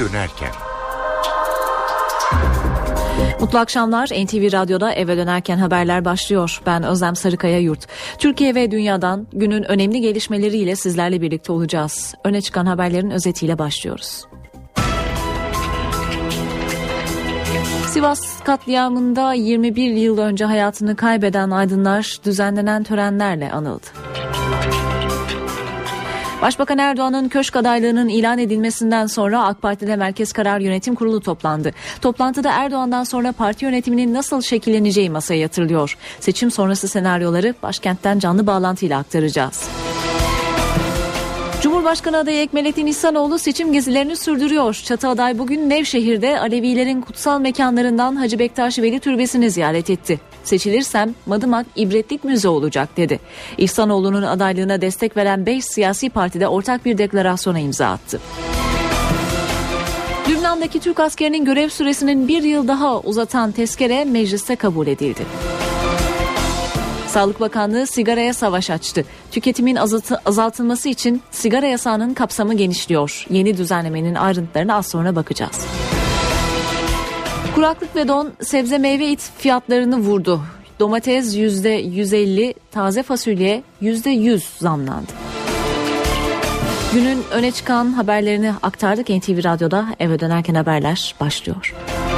dönerken. Mutlu akşamlar. NTV Radyo'da eve dönerken haberler başlıyor. Ben Özlem Sarıkaya Yurt. Türkiye ve dünyadan günün önemli gelişmeleriyle sizlerle birlikte olacağız. Öne çıkan haberlerin özetiyle başlıyoruz. Sivas katliamında 21 yıl önce hayatını kaybeden aydınlar düzenlenen törenlerle anıldı. Başbakan Erdoğan'ın köşk adaylığının ilan edilmesinden sonra AK Parti'de Merkez Karar Yönetim Kurulu toplandı. Toplantıda Erdoğan'dan sonra parti yönetiminin nasıl şekilleneceği masaya yatırılıyor. Seçim sonrası senaryoları başkentten canlı bağlantıyla aktaracağız. Cumhurbaşkanı adayı Ekmelettin İhsanoğlu seçim gezilerini sürdürüyor. Çatıaday bugün Nevşehir'de Alevilerin kutsal mekanlarından Hacı Bektaş Veli Türbesi'ni ziyaret etti. Seçilirsem Madımak ibretlik müze olacak dedi. İhsanoğlu'nun adaylığına destek veren 5 siyasi partide ortak bir deklarasyona imza attı. Lübnan'daki Türk askerinin görev süresinin bir yıl daha uzatan tezkere mecliste kabul edildi. Sağlık Bakanlığı sigaraya savaş açtı. Tüketimin azaltılması için sigara yasağının kapsamı genişliyor. Yeni düzenlemenin ayrıntılarına az sonra bakacağız. Kuraklık ve don sebze meyve fiyatlarını vurdu. Domates %150, taze fasulye %100 zamlandı. Günün öne çıkan haberlerini aktardık. NTV Radyo'da eve dönerken haberler başlıyor.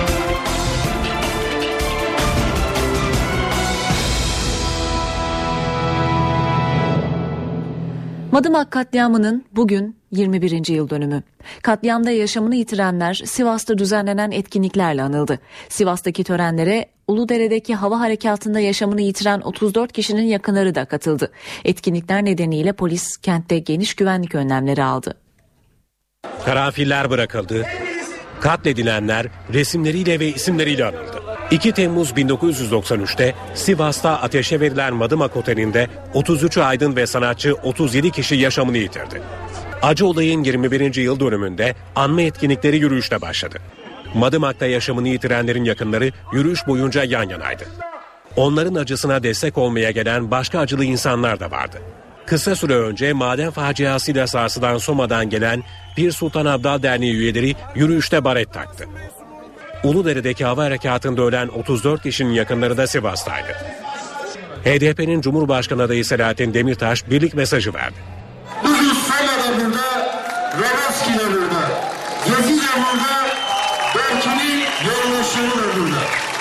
Madımak katliamının bugün 21. yıl dönümü. Katliamda yaşamını yitirenler Sivas'ta düzenlenen etkinliklerle anıldı. Sivas'taki törenlere Uludere'deki hava harekatında yaşamını yitiren 34 kişinin yakınları da katıldı. Etkinlikler nedeniyle polis kentte geniş güvenlik önlemleri aldı. Karanfiller bırakıldı. Katledilenler resimleriyle ve isimleriyle anıldı. 2 Temmuz 1993'te Sivas'ta ateşe verilen Madımak Oteli'nde 33 aydın ve sanatçı 37 kişi yaşamını yitirdi. Acı olayın 21. yıl dönümünde anma etkinlikleri yürüyüşle başladı. Madımak'ta yaşamını yitirenlerin yakınları yürüyüş boyunca yan yanaydı. Onların acısına destek olmaya gelen başka acılı insanlar da vardı. Kısa süre önce maden faciasıyla sarsılan Soma'dan gelen Pir Sultan Abdal Derneği üyeleri yürüyüşte baret taktı. Uludere'deki hava harekatında ölen 34 kişinin yakınları da Sivas'taydı. HDP'nin Cumhurbaşkanı adayı Selahattin Demirtaş birlik mesajı verdi. Bugün Soma'da burada, Roboski de burada, Gezi de burada, Berkin'in yoldaşları da burada.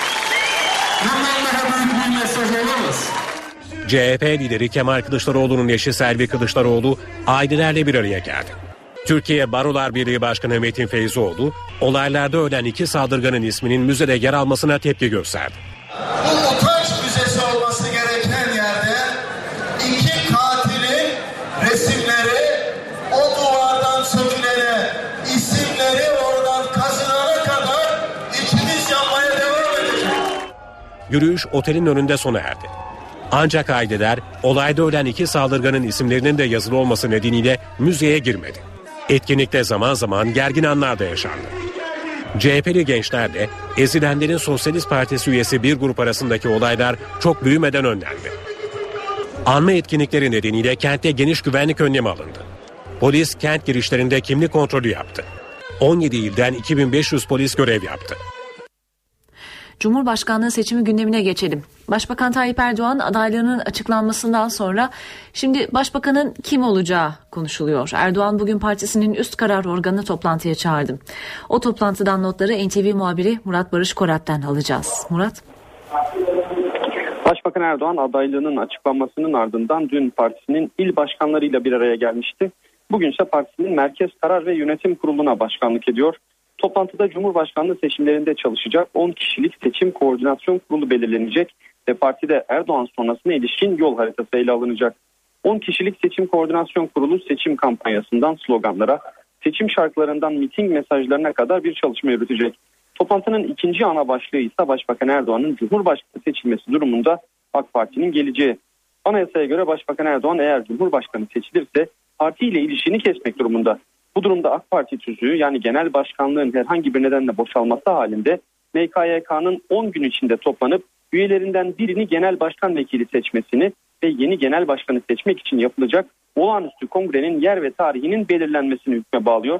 Bundan daha büyük bir mesaj olamaz. CHP lideri Kemal Kılıçdaroğlu'nun eşi Selvi Kılıçdaroğlu ailelerle bir araya geldi. Türkiye Barolar Birliği Başkanı Metin Feyzoğlu, olaylarda ölen 2 saldırganın isminin müzede yer almasına tepki gösterdi. Bu utanç müzesi olması gereken yerde 2 katilin resimleri o duvardan sökülene, isimleri oradan kazınana kadar içimiz yanmaya devam edecek. Yürüyüş otelin önünde sona erdi. Ancak aileler olayda ölen 2 saldırganın isimlerinin de yazılı olması nedeniyle müzeye girmedi. Etkinlikte zaman zaman gergin anlar da yaşandı. CHP'li gençler de ezilenlerin Sosyalist Partisi üyesi bir grup arasındaki olaylar çok büyümeden önlendi. Anma etkinlikleri nedeniyle kentte geniş güvenlik önlemi alındı. Polis kent girişlerinde kimlik kontrolü yaptı. 17 ilden 2500 polis görev yaptı. Cumhurbaşkanlığı seçimi gündemine geçelim. Başbakan Tayyip Erdoğan adaylığının açıklanmasından sonra şimdi başbakanın kim olacağı konuşuluyor. Erdoğan bugün partisinin üst karar organını toplantıya çağırdı. O toplantıdan notları NTV muhabiri Murat Barış Korat'tan alacağız. Murat. Başbakan Erdoğan adaylığının açıklanmasının ardından dün partisinin il başkanlarıyla bir araya gelmişti. Bugün ise partisinin Merkez Karar ve Yönetim Kurulu'na başkanlık ediyor. Toplantıda Cumhurbaşkanlığı seçimlerinde çalışacak 10 kişilik seçim koordinasyon kurulu belirlenecek ve partide Erdoğan sonrasına ilişkin yol haritası ele alınacak. 10 kişilik seçim koordinasyon kurulu seçim kampanyasından sloganlara, seçim şarkılarından miting mesajlarına kadar bir çalışma yürütecek. Toplantının ikinci ana başlığı ise Başbakan Erdoğan'ın Cumhurbaşkanı seçilmesi durumunda AK Parti'nin geleceği. Anayasaya göre Başbakan Erdoğan eğer Cumhurbaşkanı seçilirse partiyle ilişkini kesmek durumunda. Bu durumda AK Parti tüzüğü yani genel başkanlığın herhangi bir nedenle boşalması halinde MKYK'nın 10 gün içinde toplanıp üyelerinden birini genel başkan vekili seçmesini ve yeni genel başkanı seçmek için yapılacak olağanüstü kongrenin yer ve tarihinin belirlenmesini hükme bağlıyor.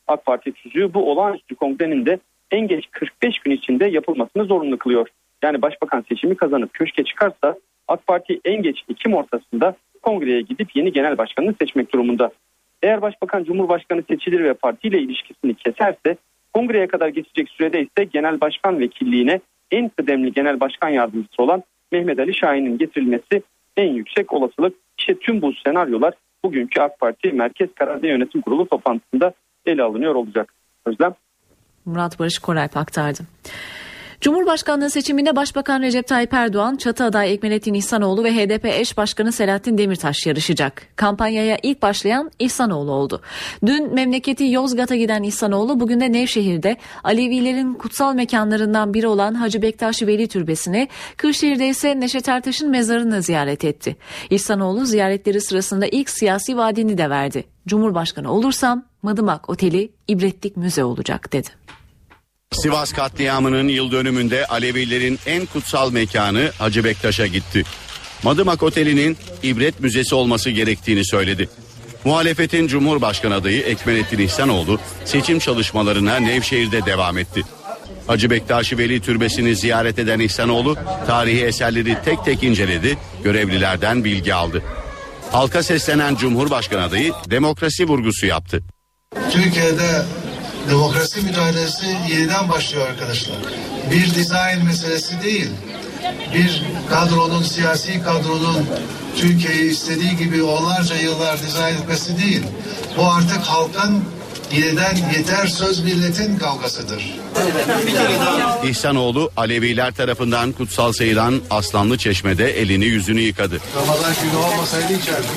AK Parti tüzüğü bu olağanüstü kongrenin de en geç 45 gün içinde yapılmasını zorunlu kılıyor. Yani başbakan seçimi kazanıp köşke çıkarsa AK Parti en geç Ekim ortasında kongreye gidip yeni genel başkanını seçmek durumunda. Eğer başbakan cumhurbaşkanı seçilir ve partiyle ilişkisini keserse kongreye kadar geçecek sürede ise genel başkan vekilliğine en kıdemli genel başkan yardımcısı olan Mehmet Ali Şahin'in getirilmesi en yüksek olasılık. İşte tüm bu senaryolar bugünkü AK Parti Merkez Karar ve Yönetim Kurulu toplantısında ele alınıyor olacak. Özlem. Murat Barış Koralp aktardı. Cumhurbaşkanlığı seçiminde Başbakan Recep Tayyip Erdoğan, çatı adayı Ekmelettin İhsanoğlu ve HDP eş başkanı Selahattin Demirtaş yarışacak. Kampanyaya ilk başlayan İhsanoğlu oldu. Dün memleketi Yozgat'a giden İhsanoğlu bugün de Nevşehir'de Alevilerin kutsal mekanlarından biri olan Hacı Bektaş Veli Türbesi'ni, Kırşehir'de ise Neşet Ertaş'ın mezarını ziyaret etti. İhsanoğlu ziyaretleri sırasında ilk siyasi vaadini de verdi. Cumhurbaşkanı olursam Madımak Oteli ibretlik müze olacak dedi. Sivas katliamının yıl dönümünde Alevilerin en kutsal mekanı Hacı Bektaş'a gitti. Madımak Oteli'nin ibret müzesi olması gerektiğini söyledi. Muhalefetin Cumhurbaşkanı adayı Ekmelettin İhsanoğlu seçim çalışmalarına Nevşehir'de devam etti. Hacı Bektaş Veli Türbesi'ni ziyaret eden İhsanoğlu tarihi eserleri tek tek inceledi, görevlilerden bilgi aldı. Halka seslenen Cumhurbaşkanı adayı demokrasi vurgusu yaptı. Türkiye'de demokrasi mücadelesi yeniden başlıyor arkadaşlar. Bir dizayn meselesi değil. Bir kadronun, siyasi kadronun Türkiye'yi istediği gibi onlarca yıllar dizayn etmesi değil. Bu artık halkın yeniden yeter söz milletin kavgasıdır. İhsanoğlu Aleviler tarafından kutsal sayılan Aslanlı Çeşme'de elini yüzünü yıkadı. Ramazan günü olmasaydı içerdim.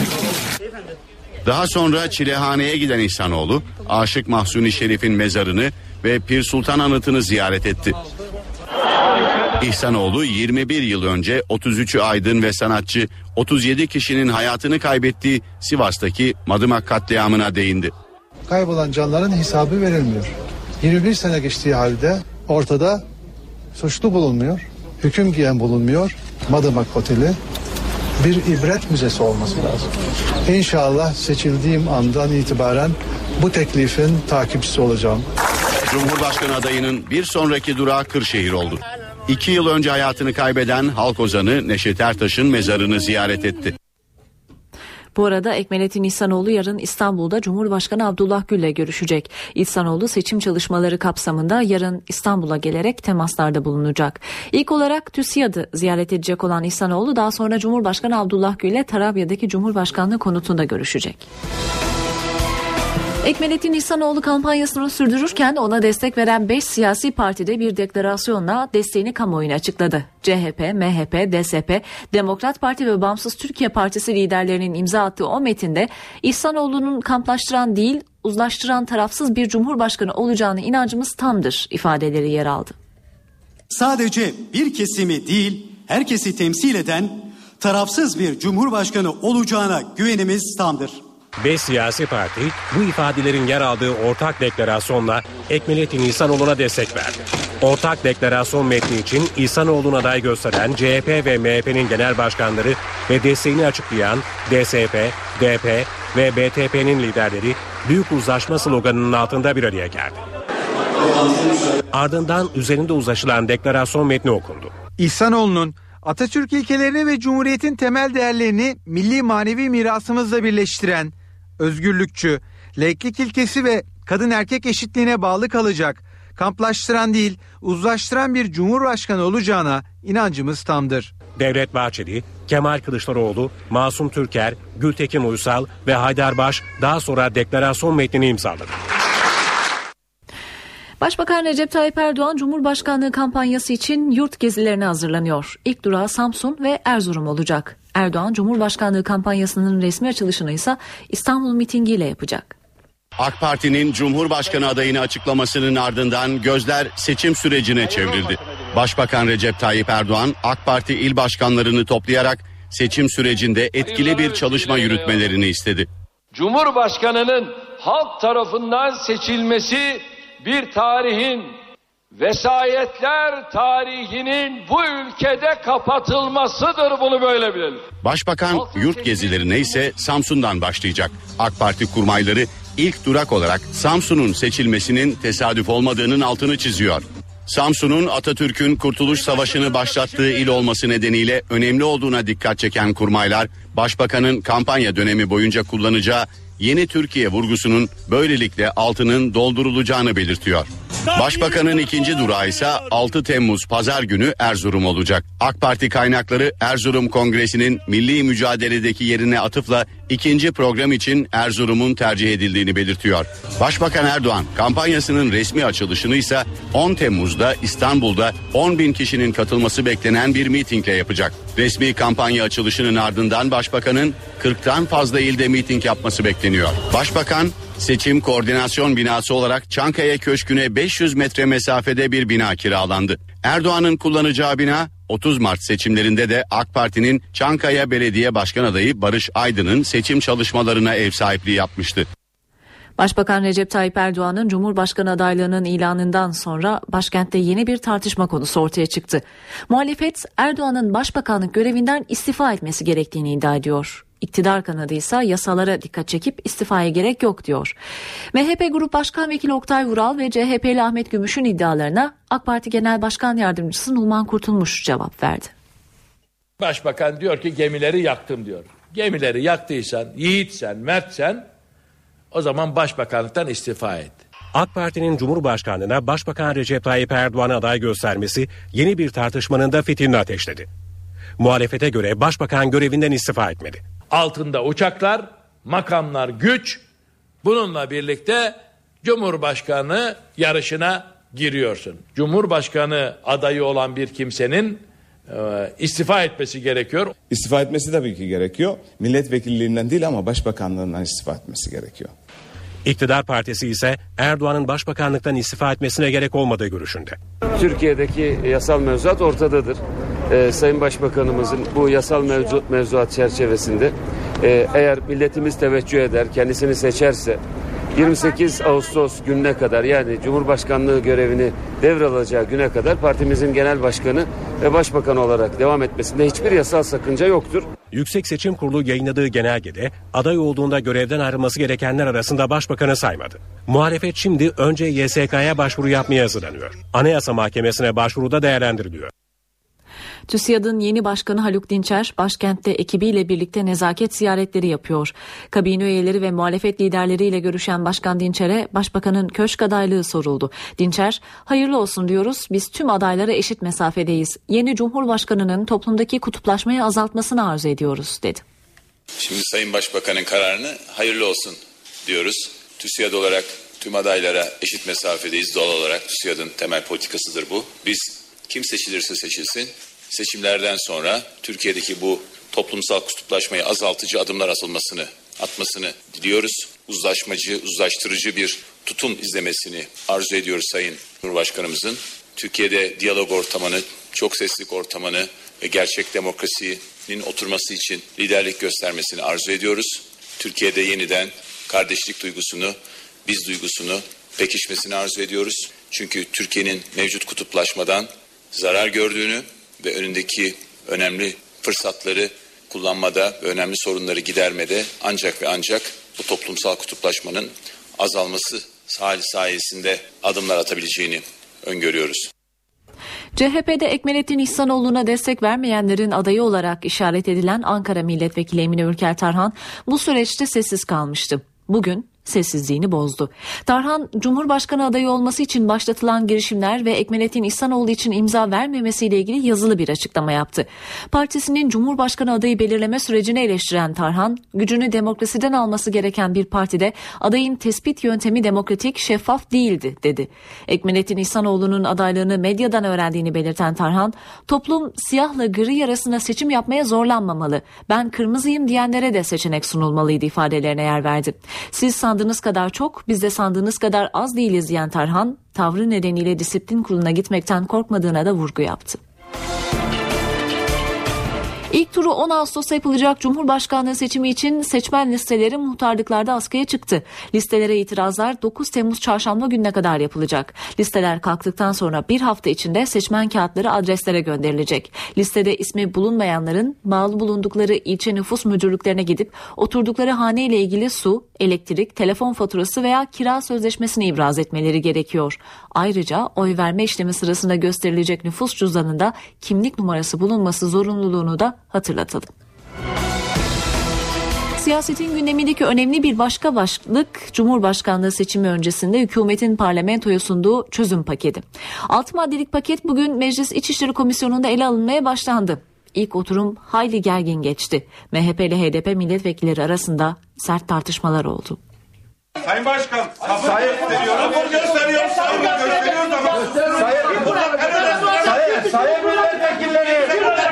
Daha sonra Çilehane'ye giden İhsanoğlu, Aşık Mahzuni Şerif'in mezarını ve Pir Sultan Anıtı'nı ziyaret etti. İhsanoğlu 21 yıl önce 33'ü aydın ve sanatçı 37 kişinin hayatını kaybettiği Sivas'taki Madımak katliamına değindi. Kaybolan canların hesabı verilmiyor. 21 sene geçtiği halde ortada suçlu bulunmuyor, hüküm giyen bulunmuyor. Madımak Oteli bir ibret müzesi olması lazım. İnşallah seçildiğim andan itibaren bu teklifin takipçisi olacağım. Cumhurbaşkanı adayının bir sonraki durağı Kırşehir oldu. 2 yıl önce hayatını kaybeden halk ozanı Neşet Ertaş'ın mezarını ziyaret etti. Bu arada Ekmelettin İhsanoğlu yarın İstanbul'da Cumhurbaşkanı Abdullah Gül'le görüşecek. İhsanoğlu seçim çalışmaları kapsamında yarın İstanbul'a gelerek temaslarda bulunacak. İlk olarak TÜSİAD'ı ziyaret edecek olan İhsanoğlu daha sonra Cumhurbaşkanı Abdullah Gül'le Tarabya'daki Cumhurbaşkanlığı konutunda görüşecek. Ekmelettin İhsanoğlu kampanyasını sürdürürken ona destek veren 5 siyasi partide bir deklarasyonla desteğini kamuoyuna açıkladı. CHP, MHP, DSP, Demokrat Parti ve Bağımsız Türkiye Partisi liderlerinin imza attığı o metinde İhsanoğlu'nun kamplaştıran değil, uzlaştıran tarafsız bir cumhurbaşkanı olacağına inancımız tamdır ifadeleri yer aldı. Sadece bir kesimi değil, herkesi temsil eden tarafsız bir cumhurbaşkanı olacağına güvenimiz tamdır. 5 siyasi parti bu ifadelerin yer aldığı ortak deklarasyonla Ekmelettin İhsanoğlu'na destek verdi. Ortak deklarasyon metni için İhsanoğlu'na aday gösteren CHP ve MHP'nin genel başkanları ve desteğini açıklayan DSP, DP ve BTP'nin liderleri büyük uzlaşma sloganının altında bir araya geldi. Ardından üzerinde uzlaşılan deklarasyon metni okundu. İhsanoğlu'nun Atatürk ilkelerini ve Cumhuriyet'in temel değerlerini milli manevi mirasımızla birleştiren, özgürlükçü, laiklik ilkesi ve kadın erkek eşitliğine bağlı kalacak, kamplaştıran değil, uzlaştıran bir cumhurbaşkanı olacağına inancımız tamdır. Devlet Bahçeli, Kemal Kılıçdaroğlu, Masum Türker, Gültekin Uysal ve Haydar Baş daha sonra deklarasyon metnini imzaladı. Başbakan Recep Tayyip Erdoğan Cumhurbaşkanlığı kampanyası için yurt gezilerine hazırlanıyor. İlk durağı Samsun ve Erzurum olacak. Erdoğan Cumhurbaşkanlığı kampanyasının resmi açılışını ise İstanbul mitingiyle yapacak. AK Parti'nin Cumhurbaşkanı adayını açıklamasının ardından gözler seçim sürecine çevrildi. Başbakan Recep Tayyip Erdoğan AK Parti il başkanlarını toplayarak seçim sürecinde etkili bir çalışma yürütmelerini istedi. Cumhurbaşkanının halk tarafından seçilmesi bir tarihin, vesayetler tarihinin bu ülkede kapatılmasıdır, bunu böyle bilelim. Başbakan yurt gezilerine ise Samsun'dan başlayacak. AK Parti kurmayları ilk durak olarak Samsun'un seçilmesinin tesadüf olmadığının altını çiziyor. Samsun'un Atatürk'ün Kurtuluş Savaşı'nı başlattığı il olması nedeniyle önemli olduğuna dikkat çeken kurmaylar, Başbakan'ın kampanya dönemi boyunca kullanacağı Yeni Türkiye vurgusunun böylelikle altının doldurulacağını belirtiyor. Başbakanın ikinci durağı ise 6 Temmuz Pazar günü Erzurum olacak. AK Parti kaynakları Erzurum Kongresi'nin milli mücadeledeki yerine atıfla ikinci program için Erzurum'un tercih edildiğini belirtiyor. Başbakan Erdoğan kampanyasının resmi açılışını ise 10 Temmuz'da İstanbul'da 10.000 kişinin katılması beklenen bir mitingle yapacak. Resmi kampanya açılışının ardından Başbakanın 40'tan fazla ilde miting yapması bekleniyor. Başbakan seçim koordinasyon binası olarak Çankaya Köşkü'ne 500 metre mesafede bir bina kiralandı. Erdoğan'ın kullanacağı bina 30 Mart seçimlerinde de AK Parti'nin Çankaya Belediye Başkan adayı Barış Aydın'ın seçim çalışmalarına ev sahipliği yapmıştı. Başbakan Recep Tayyip Erdoğan'ın Cumhurbaşkanı adaylığının ilanından sonra başkentte yeni bir tartışma konusu ortaya çıktı. Muhalefet Erdoğan'ın başbakanlık görevinden istifa etmesi gerektiğini iddia ediyor. İktidar kanadı ise yasalara dikkat çekip istifaya gerek yok diyor. MHP Grup Başkan Vekili Oktay Vural ve CHP'li Ahmet Gümüş'ün iddialarına AK Parti Genel Başkan Yardımcısı Numan Kurtulmuş cevap verdi. Başbakan diyor ki gemileri yaktım diyor. Gemileri yaktıysan, yiğitsen, mertsen o zaman başbakanlıktan istifa et. AK Parti'nin Cumhurbaşkanlığına Başbakan Recep Tayyip Erdoğan'ı aday göstermesi yeni bir tartışmanın da fitilini ateşledi. Muhalefete göre Başbakan görevinden istifa etmedi. Altında uçaklar, makamlar güç. Bununla birlikte Cumhurbaşkanı yarışına giriyorsun. Cumhurbaşkanı adayı olan bir kimsenin istifa etmesi gerekiyor. İstifa etmesi tabii ki gerekiyor. Milletvekilliğinden değil ama başbakanlığından istifa etmesi gerekiyor. İktidar Partisi ise Erdoğan'ın başbakanlıktan istifa etmesine gerek olmadığı görüşünde. Türkiye'deki yasal mevzuat ortadadır. Sayın Başbakanımızın bu yasal mevzuat çerçevesinde eğer milletimiz teveccüh eder, kendisini seçerse 28 Ağustos gününe kadar, yani Cumhurbaşkanlığı görevini devralacağı güne kadar partimizin genel başkanı ve başbakan olarak devam etmesinde hiçbir yasal sakınca yoktur. Yüksek Seçim Kurulu yayınladığı genelgede aday olduğunda görevden ayrılması gerekenler arasında başbakanı saymadı. Muhalefet şimdi önce YSK'ya başvuru yapmaya hazırlanıyor. Anayasa Mahkemesi'ne başvuruda değerlendiriliyor. TÜSİAD'ın yeni başkanı Haluk Dinçer başkentte ekibiyle birlikte nezaket ziyaretleri yapıyor. Kabine üyeleri ve muhalefet liderleriyle görüşen Başkan Dinçer'e Başbakanın köşk adaylığı soruldu. Dinçer, hayırlı olsun diyoruz, biz tüm adaylara eşit mesafedeyiz. Yeni Cumhurbaşkanı'nın toplumdaki kutuplaşmayı azaltmasını arzu ediyoruz dedi. Şimdi Sayın Başbakan'ın kararını hayırlı olsun diyoruz. TÜSİAD olarak tüm adaylara eşit mesafedeyiz. Doğal olarak TÜSİAD'ın temel politikasıdır bu. Biz kim seçilirse seçilsin, seçimlerden sonra Türkiye'deki bu toplumsal kutuplaşmayı azaltıcı adımlar atmasını diliyoruz. Uzlaştırıcı bir tutum izlemesini arzu ediyoruz Sayın Cumhurbaşkanımızın. Türkiye'de diyalog ortamını, çok seslilik ortamını ve gerçek demokrasinin oturması için liderlik göstermesini arzu ediyoruz. Türkiye'de yeniden kardeşlik duygusunu, biz duygusunu pekişmesini arzu ediyoruz. Çünkü Türkiye'nin mevcut kutuplaşmadan zarar gördüğünü ve önündeki önemli fırsatları kullanmada ve önemli sorunları gidermede ancak ve ancak bu toplumsal kutuplaşmanın azalması sayesinde adımlar atabileceğini öngörüyoruz. CHP'de Ekmelettin İhsanoğlu'na destek vermeyenlerin adayı olarak işaret edilen Ankara Milletvekili Emine Ülker Tarhan bu süreçte sessiz kalmıştı. Bugün sessizliğini bozdu. Tarhan, Cumhurbaşkanı adayı olması için başlatılan girişimler ve Ekmelettin İhsanoğlu için imza vermemesiyle ilgili yazılı bir açıklama yaptı. Partisinin Cumhurbaşkanı adayı belirleme sürecini eleştiren Tarhan, gücünü demokrasiden alması gereken bir partide adayın tespit yöntemi demokratik, şeffaf değildi dedi. Ekmelettin İhsanoğlu'nun adaylığını medyadan öğrendiğini belirten Tarhan, toplum siyahla gri arasında seçim yapmaya zorlanmamalı. Ben kırmızıyım diyenlere de seçenek sunulmalıydı ifadelerine yer verdi. Siz sandığınız kadar çok, biz de sandığınız kadar az değiliz diyen Tarhan, tavrı nedeniyle disiplin kuruluna gitmekten korkmadığına da vurgu yaptı. İlk turu 10 Ağustos'ta yapılacak Cumhurbaşkanlığı seçimi için seçmen listeleri muhtarlıklarda askıya çıktı. Listelere itirazlar 9 Temmuz Çarşamba gününe kadar yapılacak. Listeler kalktıktan sonra bir hafta içinde seçmen kağıtları adreslere gönderilecek. Listede ismi bulunmayanların bağlı bulundukları ilçe nüfus müdürlüklerine gidip oturdukları hane ile ilgili su, elektrik, telefon faturası veya kira sözleşmesini ibraz etmeleri gerekiyor. Ayrıca oy verme işlemi sırasında gösterilecek nüfus cüzdanında kimlik numarası bulunması zorunluluğunu da hatırlatalım. Siyasetin gündemindeki önemli bir başka başlık Cumhurbaşkanlığı seçimi öncesinde hükümetin parlamentoya sunduğu çözüm paketi. 6 maddelik paket bugün Meclis İçişleri Komisyonu'nda ele alınmaya başlandı. İlk oturum hayli gergin geçti. MHP ile HDP milletvekilleri arasında sert tartışmalar oldu. Sayın Başkan, sayın gösteriyoruz sayın milletvekilleri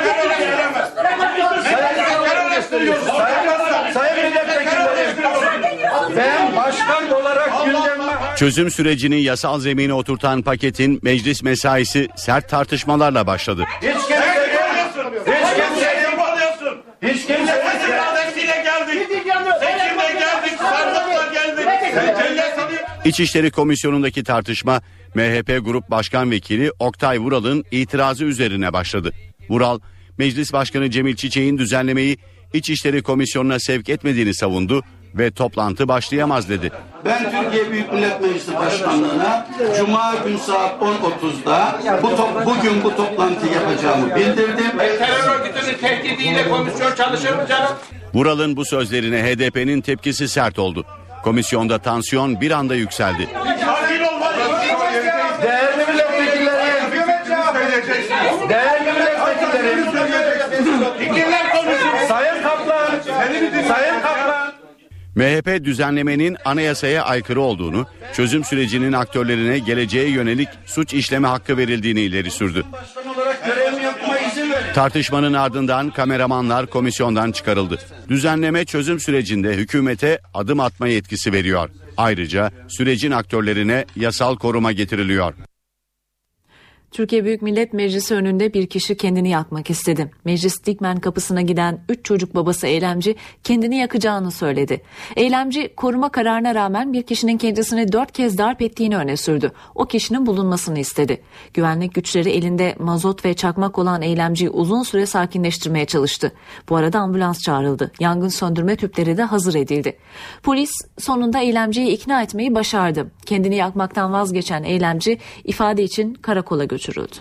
ben başkan olarak gündemime... Çözüm sürecini yasal zemine oturtan paketin meclis mesaisi sert tartışmalarla başladı. Hiç kimse iradesiyle geldik. Seçimle geldik, sandıkla geldik. İçişleri Komisyonu'ndaki tartışma MHP Grup Başkan Vekili Oktay Vural'ın itirazı üzerine başladı. Vural, Meclis Başkanı Cemil Çiçek'in düzenlemeyi İçişleri Komisyonu'na sevk etmediğini savundu ve toplantı başlayamaz dedi. Ben Türkiye Büyük Millet Meclisi Başkanlığı'na Cuma gün saat 10.30'da bugün bu toplantıyı yapacağımı bildirdim. Terör örgütünün tehdidiyle komisyon çalışır mı canım? Vural'ın bu sözlerine HDP'nin tepkisi sert oldu. Komisyonda tansiyon bir anda yükseldi. Değerli milletvekilleri, Sayın Kaplan. MHP düzenlemenin anayasaya aykırı olduğunu, çözüm sürecinin aktörlerine geleceğe yönelik suç işleme hakkı verildiğini ileri sürdü. Tartışmanın ardından kameramanlar komisyondan çıkarıldı. Düzenleme çözüm sürecinde hükümete adım atma yetkisi veriyor. Ayrıca sürecin aktörlerine yasal koruma getiriliyor. Türkiye Büyük Millet Meclisi önünde bir kişi kendini yakmak istedi. Meclis Dikmen kapısına giden 3 çocuk babası eylemci kendini yakacağını söyledi. Eylemci koruma kararına rağmen bir kişinin kendisini 4 kez darp ettiğini öne sürdü. O kişinin bulunmasını istedi. Güvenlik güçleri elinde mazot ve çakmak olan eylemciyi uzun süre sakinleştirmeye çalıştı. Bu arada ambulans çağrıldı. Yangın söndürme tüpleri de hazır edildi. Polis sonunda eylemciyi ikna etmeyi başardı. Kendini yakmaktan vazgeçen eylemci ifade için karakola götürüldü.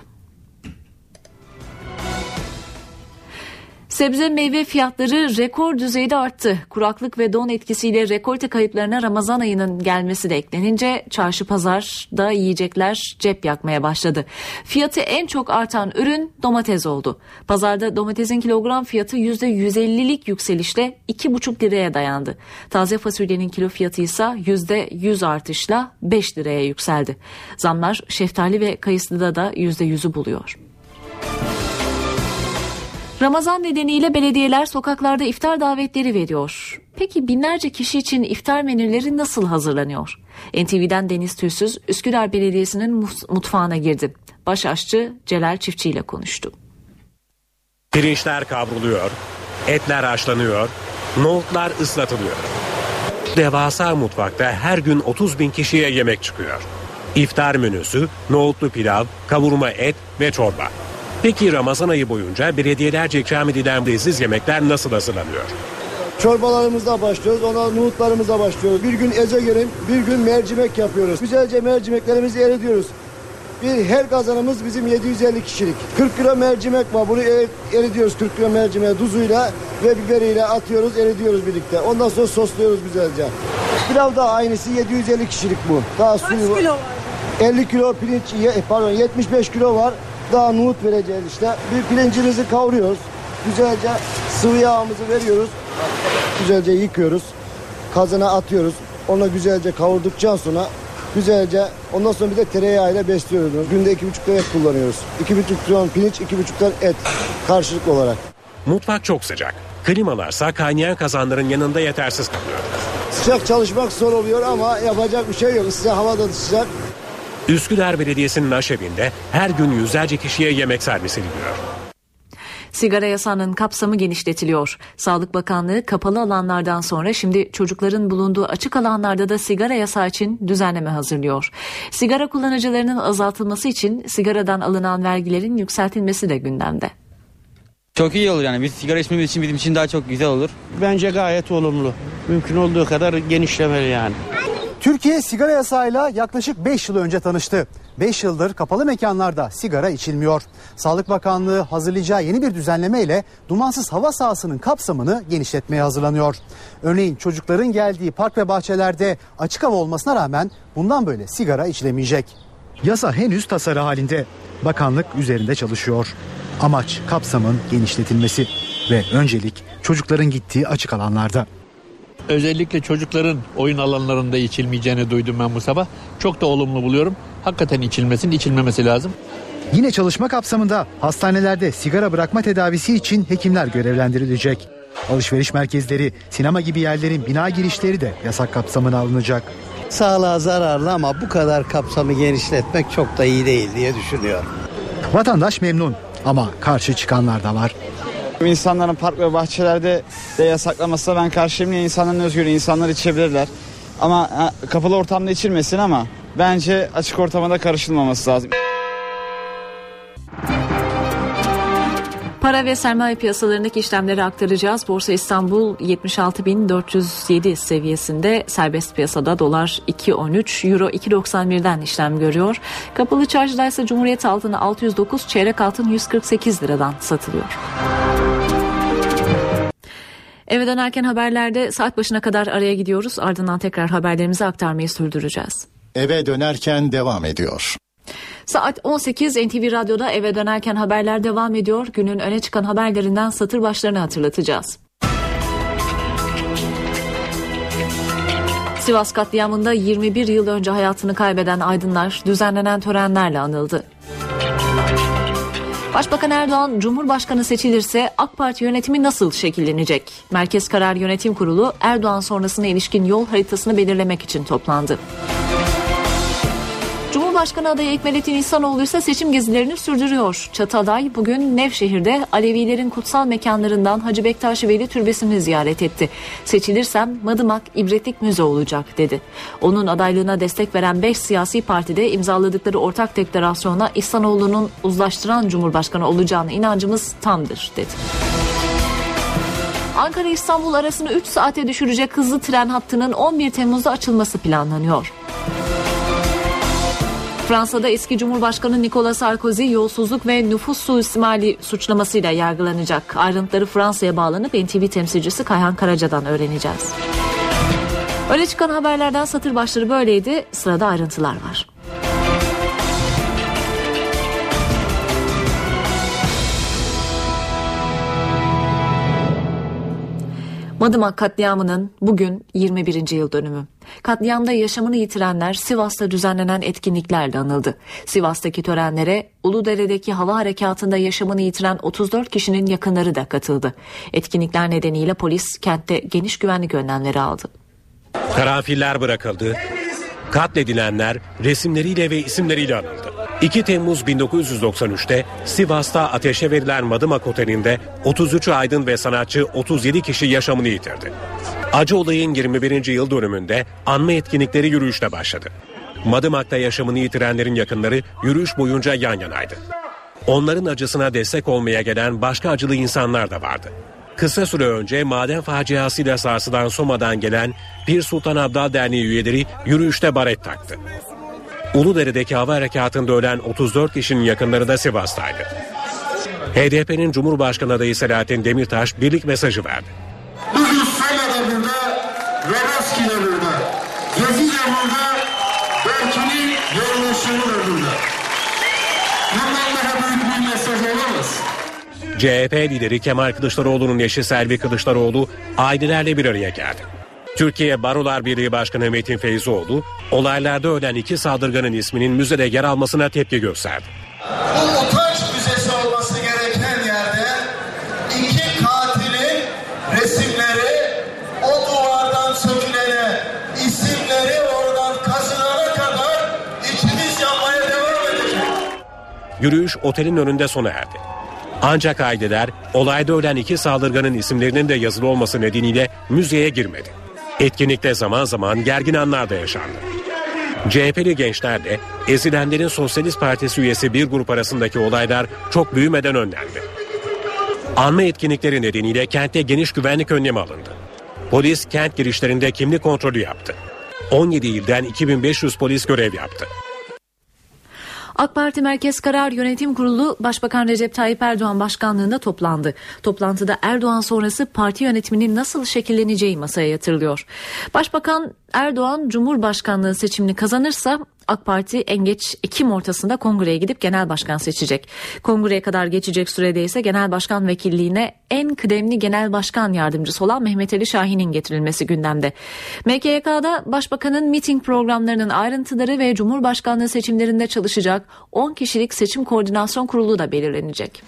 Sebze meyve fiyatları rekor düzeyde arttı. Kuraklık ve don etkisiyle rekolte kayıplarına Ramazan ayının gelmesi de eklenince çarşı pazarda yiyecekler cep yakmaya başladı. Fiyatı en çok artan ürün domates oldu. Pazarda domatesin kilogram fiyatı %150'lik yükselişle 2,5 liraya dayandı. Taze fasulyenin kilo fiyatı ise %100 artışla 5 liraya yükseldi. Zamlar şeftali ve kayısıda da %100'ü buluyor. Ramazan nedeniyle belediyeler sokaklarda iftar davetleri veriyor. Peki binlerce kişi için iftar menüleri nasıl hazırlanıyor? NTV'den Deniz Tüysüz Üsküdar Belediyesi'nin mutfağına girdi. Baş aşçı Celal Çiftçi ile konuştu. Pirinçler kavruluyor, etler haşlanıyor, nohutlar ıslatılıyor. Devasa mutfakta her gün 30.000 kişiye yemek çıkıyor. İftar menüsü nohutlu pilav, kavurma et ve çorba. Peki Ramazan ayı boyunca belediyelerce ikram edilen leziz yemekler nasıl hazırlanıyor? Çorbalarımızla başlıyoruz, ona nohutlarımızla başlıyoruz. Bir gün ezogelin, bir gün mercimek yapıyoruz. Güzelce mercimeklerimizi eritiyoruz. Her kazanımız bizim 750 kişilik. 40 kilo mercimek var, bunu eritiyoruz 40 kilo mercimeği tuzuyla ve biberiyle atıyoruz, eritiyoruz birlikte. Ondan sonra sosluyoruz güzelce. Pilav da aynısı 750 kişilik bu. Daha suyu var. 50 kilo pirinç, 75 kilo var. Daha nohut vereceğiz işte. Bir pirincimizi kavuruyoruz. Güzelce sıvı yağımızı veriyoruz. Güzelce yıkıyoruz. Kazana atıyoruz. Onu güzelce kavurduktan sonra güzelce ondan sonra bir de tereyağıyla besliyoruz. Günde 2,5 ton et kullanıyoruz. 2,5 ton pirinç, 2,5 ton et karşılıklı olarak. Mutfak çok sıcak. Klimalarsa kaynayan kazanların yanında yetersiz kalıyor. Sıcak çalışmak zor oluyor ama yapacak bir şey yok. Sıcak havada sıcak. Üsküdar Belediyesi'nin aşevinde her gün yüzlerce kişiye yemek servisi ediliyor. Sigara yasağının kapsamı genişletiliyor. Sağlık Bakanlığı kapalı alanlardan sonra şimdi çocukların bulunduğu açık alanlarda da sigara yasağı için düzenleme hazırlıyor. Sigara kullanıcılarının azaltılması için sigaradan alınan vergilerin yükseltilmesi de gündemde. Çok iyi olur yani. Bir sigara içmemiz için bizim için daha çok güzel olur. Bence gayet olumlu. Mümkün olduğu kadar genişlemeli yani. Türkiye sigara yasağıyla yaklaşık 5 yıl önce tanıştı. 5 yıldır kapalı mekanlarda sigara içilmiyor. Sağlık Bakanlığı hazırlayacağı yeni bir düzenlemeyle dumansız hava sahasının kapsamını genişletmeye hazırlanıyor. Örneğin çocukların geldiği park ve bahçelerde açık hava olmasına rağmen bundan böyle sigara içilemeyecek. Yasa henüz tasarı halinde. Bakanlık üzerinde çalışıyor. Amaç kapsamın genişletilmesi ve öncelik çocukların gittiği açık alanlarda. Özellikle çocukların oyun alanlarında içilmeyeceğini duydum ben bu sabah. Çok da olumlu buluyorum. Hakikaten içilmemesi lazım. Yine çalışma kapsamında hastanelerde sigara bırakma tedavisi için hekimler görevlendirilecek. Alışveriş merkezleri, sinema gibi yerlerin bina girişleri de yasak kapsamına alınacak. Sağlığa zararlı ama bu kadar kapsamı genişletmek çok da iyi değil diye düşünüyorum. Vatandaş memnun ama karşı çıkanlar da var. İnsanların park ve bahçelerde de yasaklamasına ben karşıyım. İnsanların özgürlüğü, insanlar içebilirler. Ama kapalı ortamda içilmesin ama bence açık ortamda karışılmaması lazım. Para ve sermaye piyasalarındaki işlemleri aktaracağız. Borsa İstanbul 76.407 seviyesinde, serbest piyasada dolar 2.13, euro 2.91'den işlem görüyor. Kapalı çarşıda ise Cumhuriyet altını 609, çeyrek altın 148 liradan satılıyor. Eve dönerken haberlerde saat başına kadar araya gidiyoruz. Ardından tekrar haberlerimizi aktarmayı sürdüreceğiz. Eve dönerken devam ediyor. Saat 18 NTV Radyo'da eve dönerken haberler devam ediyor. Günün öne çıkan haberlerinden satır başlarını hatırlatacağız. Sivas katliamında 21 yıl önce hayatını kaybeden aydınlar düzenlenen törenlerle anıldı. Başbakan Erdoğan, Cumhurbaşkanı seçilirse AK Parti yönetimi nasıl şekillenecek? Merkez Karar Yönetim Kurulu Erdoğan sonrasına ilişkin yol haritasını belirlemek için toplandı. Cumhurbaşkanı adayı Ekmelettin İhsanoğlu ise seçim gezilerini sürdürüyor. Çatalay bugün Nevşehir'de Alevilerin kutsal mekanlarından Hacı Bektaş Veli Türbesi'ni ziyaret etti. Seçilirsem Madımak ibretlik müze olacak dedi. Onun adaylığına destek veren 5 siyasi partide imzaladıkları ortak deklarasyona İhsanoğlu'nun uzlaştıran Cumhurbaşkanı olacağına inancımız tamdır dedi. Ankara-İstanbul arasını 3 saate düşürecek hızlı tren hattının 11 Temmuz'da açılması planlanıyor. Fransa'da eski Cumhurbaşkanı Nicolas Sarkozy yolsuzluk ve nüfus suistimali suçlamasıyla yargılanacak. Ayrıntıları Fransa'ya bağlanıp NTV temsilcisi Kayhan Karaca'dan öğreneceğiz. Öne çıkan haberlerden satır başları böyleydi. Sırada ayrıntılar var. Madımak katliamının bugün 21. yıl dönümü. Katliamda yaşamını yitirenler Sivas'ta düzenlenen etkinliklerle anıldı. Sivas'taki törenlere Uludere'deki hava harekatında yaşamını yitiren 34 kişinin yakınları da katıldı. Etkinlikler nedeniyle polis kentte geniş güvenlik önlemleri aldı. Karanfiller bırakıldı. Katledilenler resimleriyle ve isimleriyle anıldı. 2 Temmuz 1993'te Sivas'ta ateşe verilen Madımak Oteli'nde 33 aydın ve sanatçı 37 kişi yaşamını yitirdi. Acı olayın 21. yıl dönümünde anma etkinlikleri yürüyüşle başladı. Madımak'ta yaşamını yitirenlerin yakınları yürüyüş boyunca yan yanaydı. Onların acısına destek olmaya gelen başka acılı insanlar da vardı. Kısa süre önce maden faciasıyla sarsılan Soma'dan gelen Pir Sultan Abdal Derneği üyeleri yürüyüşte baret taktı. Uludere'deki hava harekatında ölen 34 kişinin yakınları da Sivas'taydı. HDP'nin Cumhurbaşkanı adayı Selahattin Demirtaş birlik mesajı verdi. Bugün Soma'da burada, Roboski'de burada, Gezi'de burada, Berkin'in yoldaşları da burada. Bundan daha büyük bir mesaj olamaz. CHP lideri Kemal Kılıçdaroğlu'nun eşi Selvi Kılıçdaroğlu ailelerle bir araya geldi. Türkiye Barolar Birliği Başkanı Metin Feyzoğlu, olaylarda ölen 2 saldırganın isminin müzede yer almasına tepki gösterdi. Bu utanç müzesi olması gereken yerde 2 katilin resimleri o duvardan sökülene, isimleri oradan kazınana kadar içimiz yanmaya devam edecek. Yürüyüş otelin önünde sona erdi. Ancak aileler olayda ölen 2 saldırganın isimlerinin de yazılı olması nedeniyle müzeye girmedi. Etkinlikte zaman zaman gergin anlar da yaşandı. CHP'li gençler de ezilenlerin Sosyalist Partisi üyesi bir grup arasındaki olaylar çok büyümeden önlendi. Anma etkinlikleri nedeniyle kentte geniş güvenlik önlemi alındı. Polis kent girişlerinde kimlik kontrolü yaptı. 17 ilden 2500 polis görev yaptı. AK Parti Merkez Karar Yönetim Kurulu Başbakan Recep Tayyip Erdoğan başkanlığında toplandı. Toplantıda Erdoğan sonrası parti yönetiminin nasıl şekilleneceği masaya yatırılıyor. Başbakan Erdoğan Cumhurbaşkanlığı seçimini kazanırsa AK Parti en geç Ekim ortasında kongreye gidip genel başkan seçecek. Kongreye kadar geçecek sürede ise genel başkan vekilliğine en kıdemli genel başkan yardımcısı olan Mehmet Ali Şahin'in getirilmesi gündemde. MKYK'da başbakanın miting programlarının ayrıntıları ve Cumhurbaşkanlığı seçimlerinde çalışacak 10 kişilik seçim koordinasyon kurulu da belirlenecek.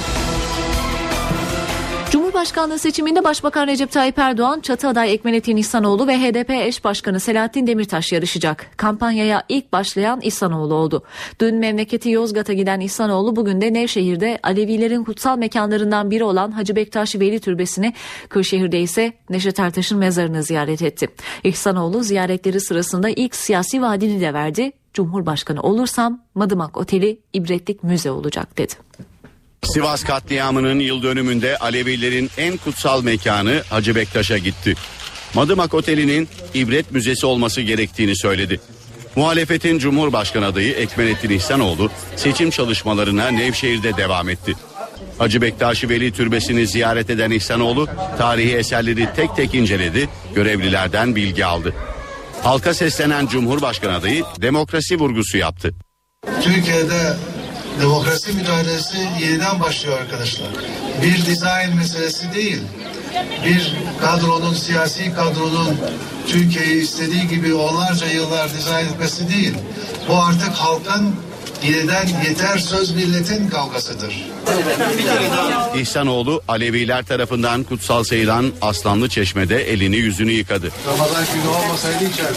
Cumhurbaşkanlığı seçiminde Başbakan Recep Tayyip Erdoğan, çatı aday Ekmelettin İhsanoğlu ve HDP eş başkanı Selahattin Demirtaş yarışacak. Kampanyaya ilk başlayan İhsanoğlu oldu. Dün memleketi Yozgat'a giden İhsanoğlu bugün de Nevşehir'de Alevilerin kutsal mekanlarından biri olan Hacı Bektaş Veli Türbesi'ni, Kırşehir'de ise Neşet Ertaş'ın mezarını ziyaret etti. İhsanoğlu ziyaretleri sırasında ilk siyasi vaadini de verdi. Cumhurbaşkanı olursam Madımak Oteli ibretlik müze olacak dedi. Sivas katliamının yıl dönümünde Alevilerin en kutsal mekanı Hacı Bektaş'a gitti. Madımak Oteli'nin ibret müzesi olması gerektiğini söyledi. Muhalefetin Cumhurbaşkanı adayı Ekmelettin İhsanoğlu seçim çalışmalarına Nevşehir'de devam etti. Hacı Bektaş Veli Türbesi'ni ziyaret eden İhsanoğlu tarihi eserleri tek tek inceledi, görevlilerden bilgi aldı. Halka seslenen Cumhurbaşkanı adayı demokrasi vurgusu yaptı. Türkiye'de demokrasi mücadelesi yeniden başlıyor arkadaşlar. Bir dizayn meselesi değil. Bir kadronun, siyasi kadronun Türkiye'yi istediği gibi onlarca yıllar dizayn etmesi değil. Bu artık halkın yeniden yeter söz milletin kavgasıdır. İhsanoğlu Aleviler tarafından kutsal sayılan Aslanlı Çeşme'de elini yüzünü yıkadı. Ramazan günü olmasaydı içerdik.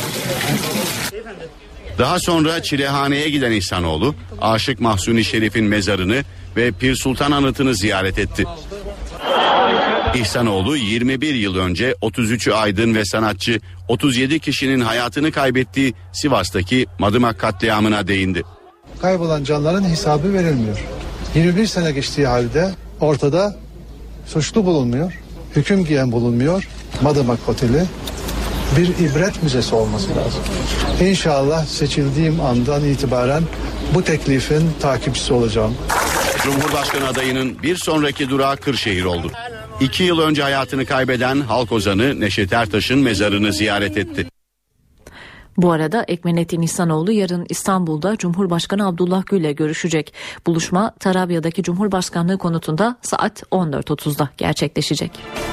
Daha sonra Çilehane'ye giden İhsanoğlu, Aşık Mahzuni Şerif'in mezarını ve Pir Sultan Anıtı'nı ziyaret etti. İhsanoğlu 21 yıl önce 33 aydın ve sanatçı 37 kişinin hayatını kaybettiği Sivas'taki Madımak katliamına değindi. Kaybolan canların hesabı verilmiyor. 21 sene geçtiği halde ortada suçlu bulunmuyor, hüküm giyen bulunmuyor. Madımak Oteli bir ibret müzesi olması lazım. İnşallah seçildiğim andan itibaren bu teklifin takipçisi olacağım. Cumhurbaşkanı adayının bir sonraki durağı Kırşehir oldu. 2 yıl önce hayatını kaybeden halk ozanı Neşet Ertaş'ın mezarını ziyaret etti. Bu arada Ekmelettin İhsanoğlu yarın İstanbul'da Cumhurbaşkanı Abdullah Gül'le görüşecek. Buluşma Tarabya'daki Cumhurbaşkanlığı konutunda saat 14.30'da gerçekleşecek.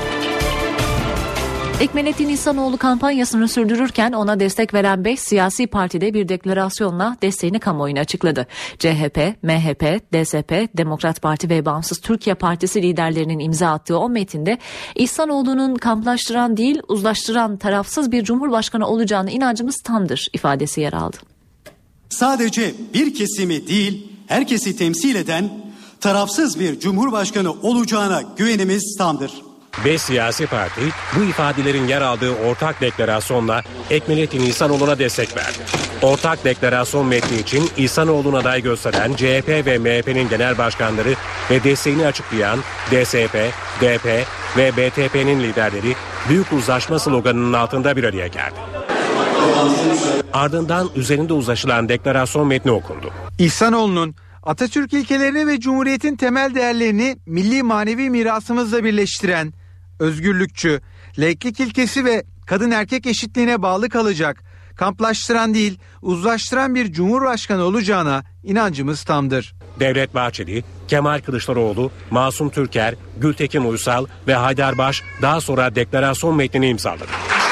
Ekmelettin İhsanoğlu kampanyasını sürdürürken ona destek veren 5 siyasi partide bir deklarasyonla desteğini kamuoyuna açıkladı. CHP, MHP, DSP, Demokrat Parti ve Bağımsız Türkiye Partisi liderlerinin imza attığı o metinde İhsanoğlu'nun kamplaştıran değil uzlaştıran tarafsız bir cumhurbaşkanı olacağına inancımız tamdır ifadesi yer aldı. Sadece bir kesimi değil herkesi temsil eden tarafsız bir cumhurbaşkanı olacağına güvenimiz tamdır. 5 siyasi parti bu ifadelerin yer aldığı ortak deklarasyonla Ekmelettin İhsanoğlu'na destek verdi. Ortak deklarasyon metni için İhsanoğlu'na aday gösteren CHP ve MHP'nin genel başkanları ve desteğini açıklayan DSP, DP ve BTP'nin liderleri büyük uzlaşma sloganının altında bir araya geldi. Ardından üzerinde uzlaşılan deklarasyon metni okundu. İhsanoğlu'nun Atatürk ilkelerini ve Cumhuriyet'in temel değerlerini milli manevi mirasımızla birleştiren, özgürlükçü, laiklik ilkesi ve kadın erkek eşitliğine bağlı kalacak, kamplaştıran değil, uzlaştıran bir cumhurbaşkanı olacağına inancımız tamdır. Devlet Bahçeli, Kemal Kılıçdaroğlu, Masum Türker, Gültekin Uysal ve Haydar Baş daha sonra deklarasyon metnini imzaladı.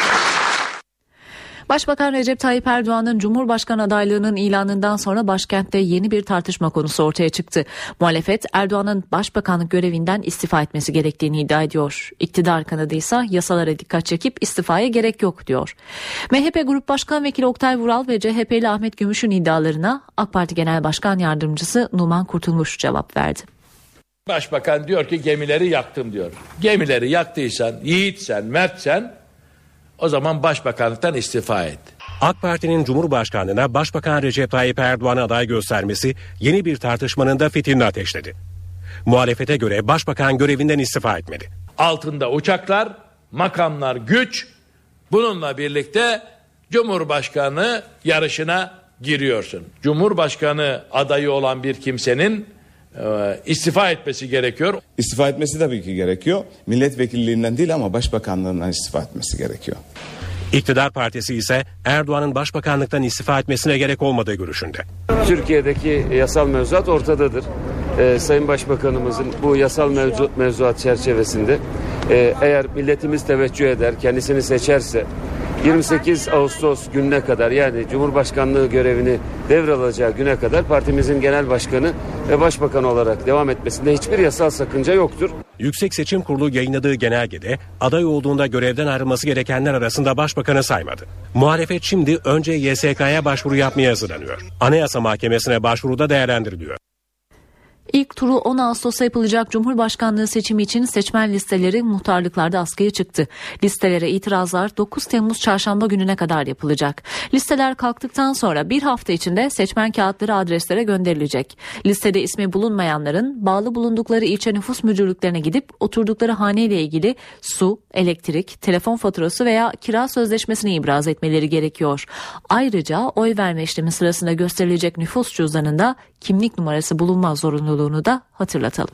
Başbakan Recep Tayyip Erdoğan'ın Cumhurbaşkanı adaylığının ilanından sonra başkentte yeni bir tartışma konusu ortaya çıktı. Muhalefet Erdoğan'ın başbakanlık görevinden istifa etmesi gerektiğini iddia ediyor. İktidar kanadı ise yasalara dikkat çekip istifaya gerek yok diyor. MHP Grup Başkan Vekili Oktay Vural ve CHP'li Ahmet Gümüş'ün iddialarına AK Parti Genel Başkan Yardımcısı Numan Kurtulmuş cevap verdi. Başbakan diyor ki gemileri yaktım diyor. Gemileri yaktıysan, yiğitsen, mertsen o zaman başbakanlıktan istifa et. AK Parti'nin Cumhurbaşkanlığına Başbakan Recep Tayyip Erdoğan'a aday göstermesi yeni bir tartışmanın da fitilini ateşledi. Muhalefete göre başbakan görevinden istifa etmeli. Altında uçaklar, makamlar güç. Bununla birlikte Cumhurbaşkanı yarışına giriyorsun. Cumhurbaşkanı adayı olan bir kimsenin istifa etmesi gerekiyor. İstifa etmesi tabii ki gerekiyor. Milletvekilliğinden değil ama başbakanlığından istifa etmesi gerekiyor. İktidar partisi ise Erdoğan'ın başbakanlıktan istifa etmesine gerek olmadığı görüşünde. Türkiye'deki yasal mevzuat ortadadır. Sayın Başbakanımızın bu yasal mevzuat çerçevesinde eğer milletimiz teveccüh eder, kendisini seçerse 28 Ağustos gününe kadar, yani Cumhurbaşkanlığı görevini devralacağı güne kadar partimizin genel başkanı ve başbakan olarak devam etmesinde hiçbir yasal sakınca yoktur. Yüksek Seçim Kurulu yayınladığı genelgede aday olduğunda görevden ayrılması gerekenler arasında başbakanı saymadı. Muhalefet şimdi önce YSK'ya başvuru yapmaya hazırlanıyor. Anayasa Mahkemesi'ne başvuruda değerlendiriliyor. İlk turu 10 Ağustos'ta yapılacak Cumhurbaşkanlığı seçimi için seçmen listeleri muhtarlıklarda askıya çıktı. Listelere itirazlar 9 Temmuz Çarşamba gününe kadar yapılacak. Listeler kalktıktan sonra bir hafta içinde seçmen kağıtları adreslere gönderilecek. Listede ismi bulunmayanların bağlı bulundukları ilçe nüfus müdürlüklerine gidip oturdukları haneyle ilgili su, elektrik, telefon faturası veya kira sözleşmesini ibraz etmeleri gerekiyor. Ayrıca oy verme işlemi sırasında gösterilecek nüfus cüzdanında kimlik numarası bulunma zorunluluğunu da hatırlatalım.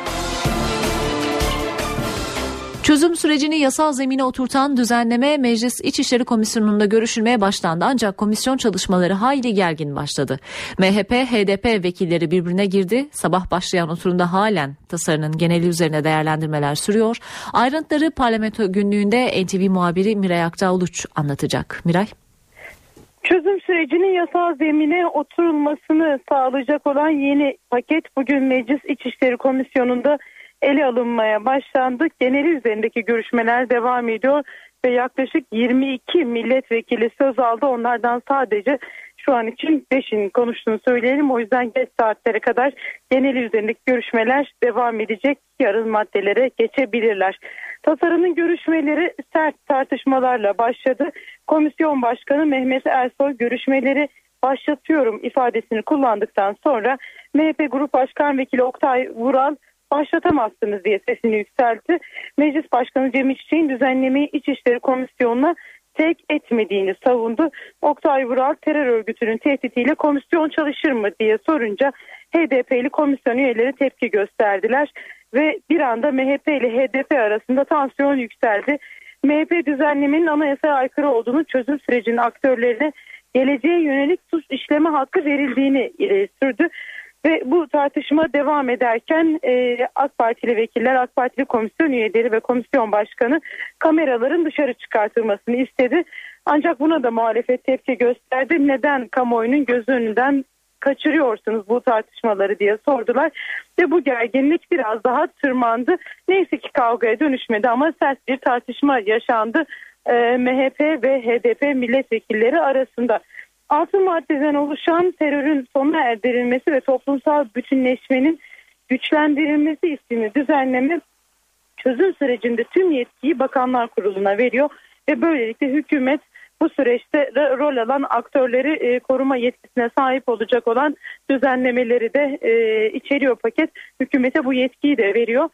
Çözüm sürecini yasal zemine oturtan düzenleme Meclis İçişleri Komisyonu'nda görüşülmeye başlandı, ancak komisyon çalışmaları hayli gergin başladı. MHP, HDP vekilleri birbirine girdi. Sabah başlayan oturumda halen tasarının geneli üzerine değerlendirmeler sürüyor. Ayrıntıları Parlamento Günlüğü'nde NTV muhabiri Miray Aktağ-Uluç anlatacak. Miray. Çözüm sürecinin yasal zemine oturulmasını sağlayacak olan yeni paket bugün Meclis İçişleri Komisyonu'nda ele alınmaya başlandı. Geneli üzerindeki görüşmeler devam ediyor ve yaklaşık 22 milletvekili söz aldı. Onlardan sadece şu an için 5'in konuştuğunu söyleyelim. O yüzden geç saatlere kadar geneli üzerindeki görüşmeler devam edecek. Yarın maddelere geçebilirler. Tasarının görüşmeleri sert tartışmalarla başladı. Komisyon Başkanı Mehmet Ersoy görüşmeleri başlatıyorum ifadesini kullandıktan sonra MHP Grup Başkan Vekili Oktay Vural başlatamazsınız diye sesini yükseltti. Meclis Başkanı Cem İşçi'nin düzenlemeyi İçişleri Komisyonu'na tek etmediğini savundu. Oktay Vural terör örgütünün tehditiyle komisyon çalışır mı diye sorunca HDP'li komisyon üyeleri tepki gösterdiler ve bir anda MHP ile HDP arasında tansiyon yükseldi. MHP düzenlemenin anayasaya aykırı olduğunu, çözüm sürecinin aktörlerine geleceğe yönelik suç işleme hakkı verildiğini ileri sürdü. Ve bu tartışma devam ederken AK Partili vekiller, AK Partili komisyon üyeleri ve komisyon başkanı kameraların dışarı çıkartılmasını istedi. Ancak buna da muhalefet tepki gösterdi. Neden kamuoyunun gözü önünden kaçırıyorsunuz bu tartışmaları diye sordular. Ve bu gerginlik biraz daha tırmandı. Neyse ki kavgaya dönüşmedi ama sert bir tartışma yaşandı MHP ve HDP milletvekilleri arasında. 6 maddeden oluşan terörün sona erdirilmesi ve toplumsal bütünleşmenin güçlendirilmesi isimli düzenleme çözüm sürecinde tüm yetkiyi Bakanlar Kurulu'na veriyor ve böylelikle hükümet bu süreçte rol alan aktörleri koruma yetkisine sahip olacak olan düzenlemeleri de içeriyor paket. Hükümete bu yetkiyi de veriyor.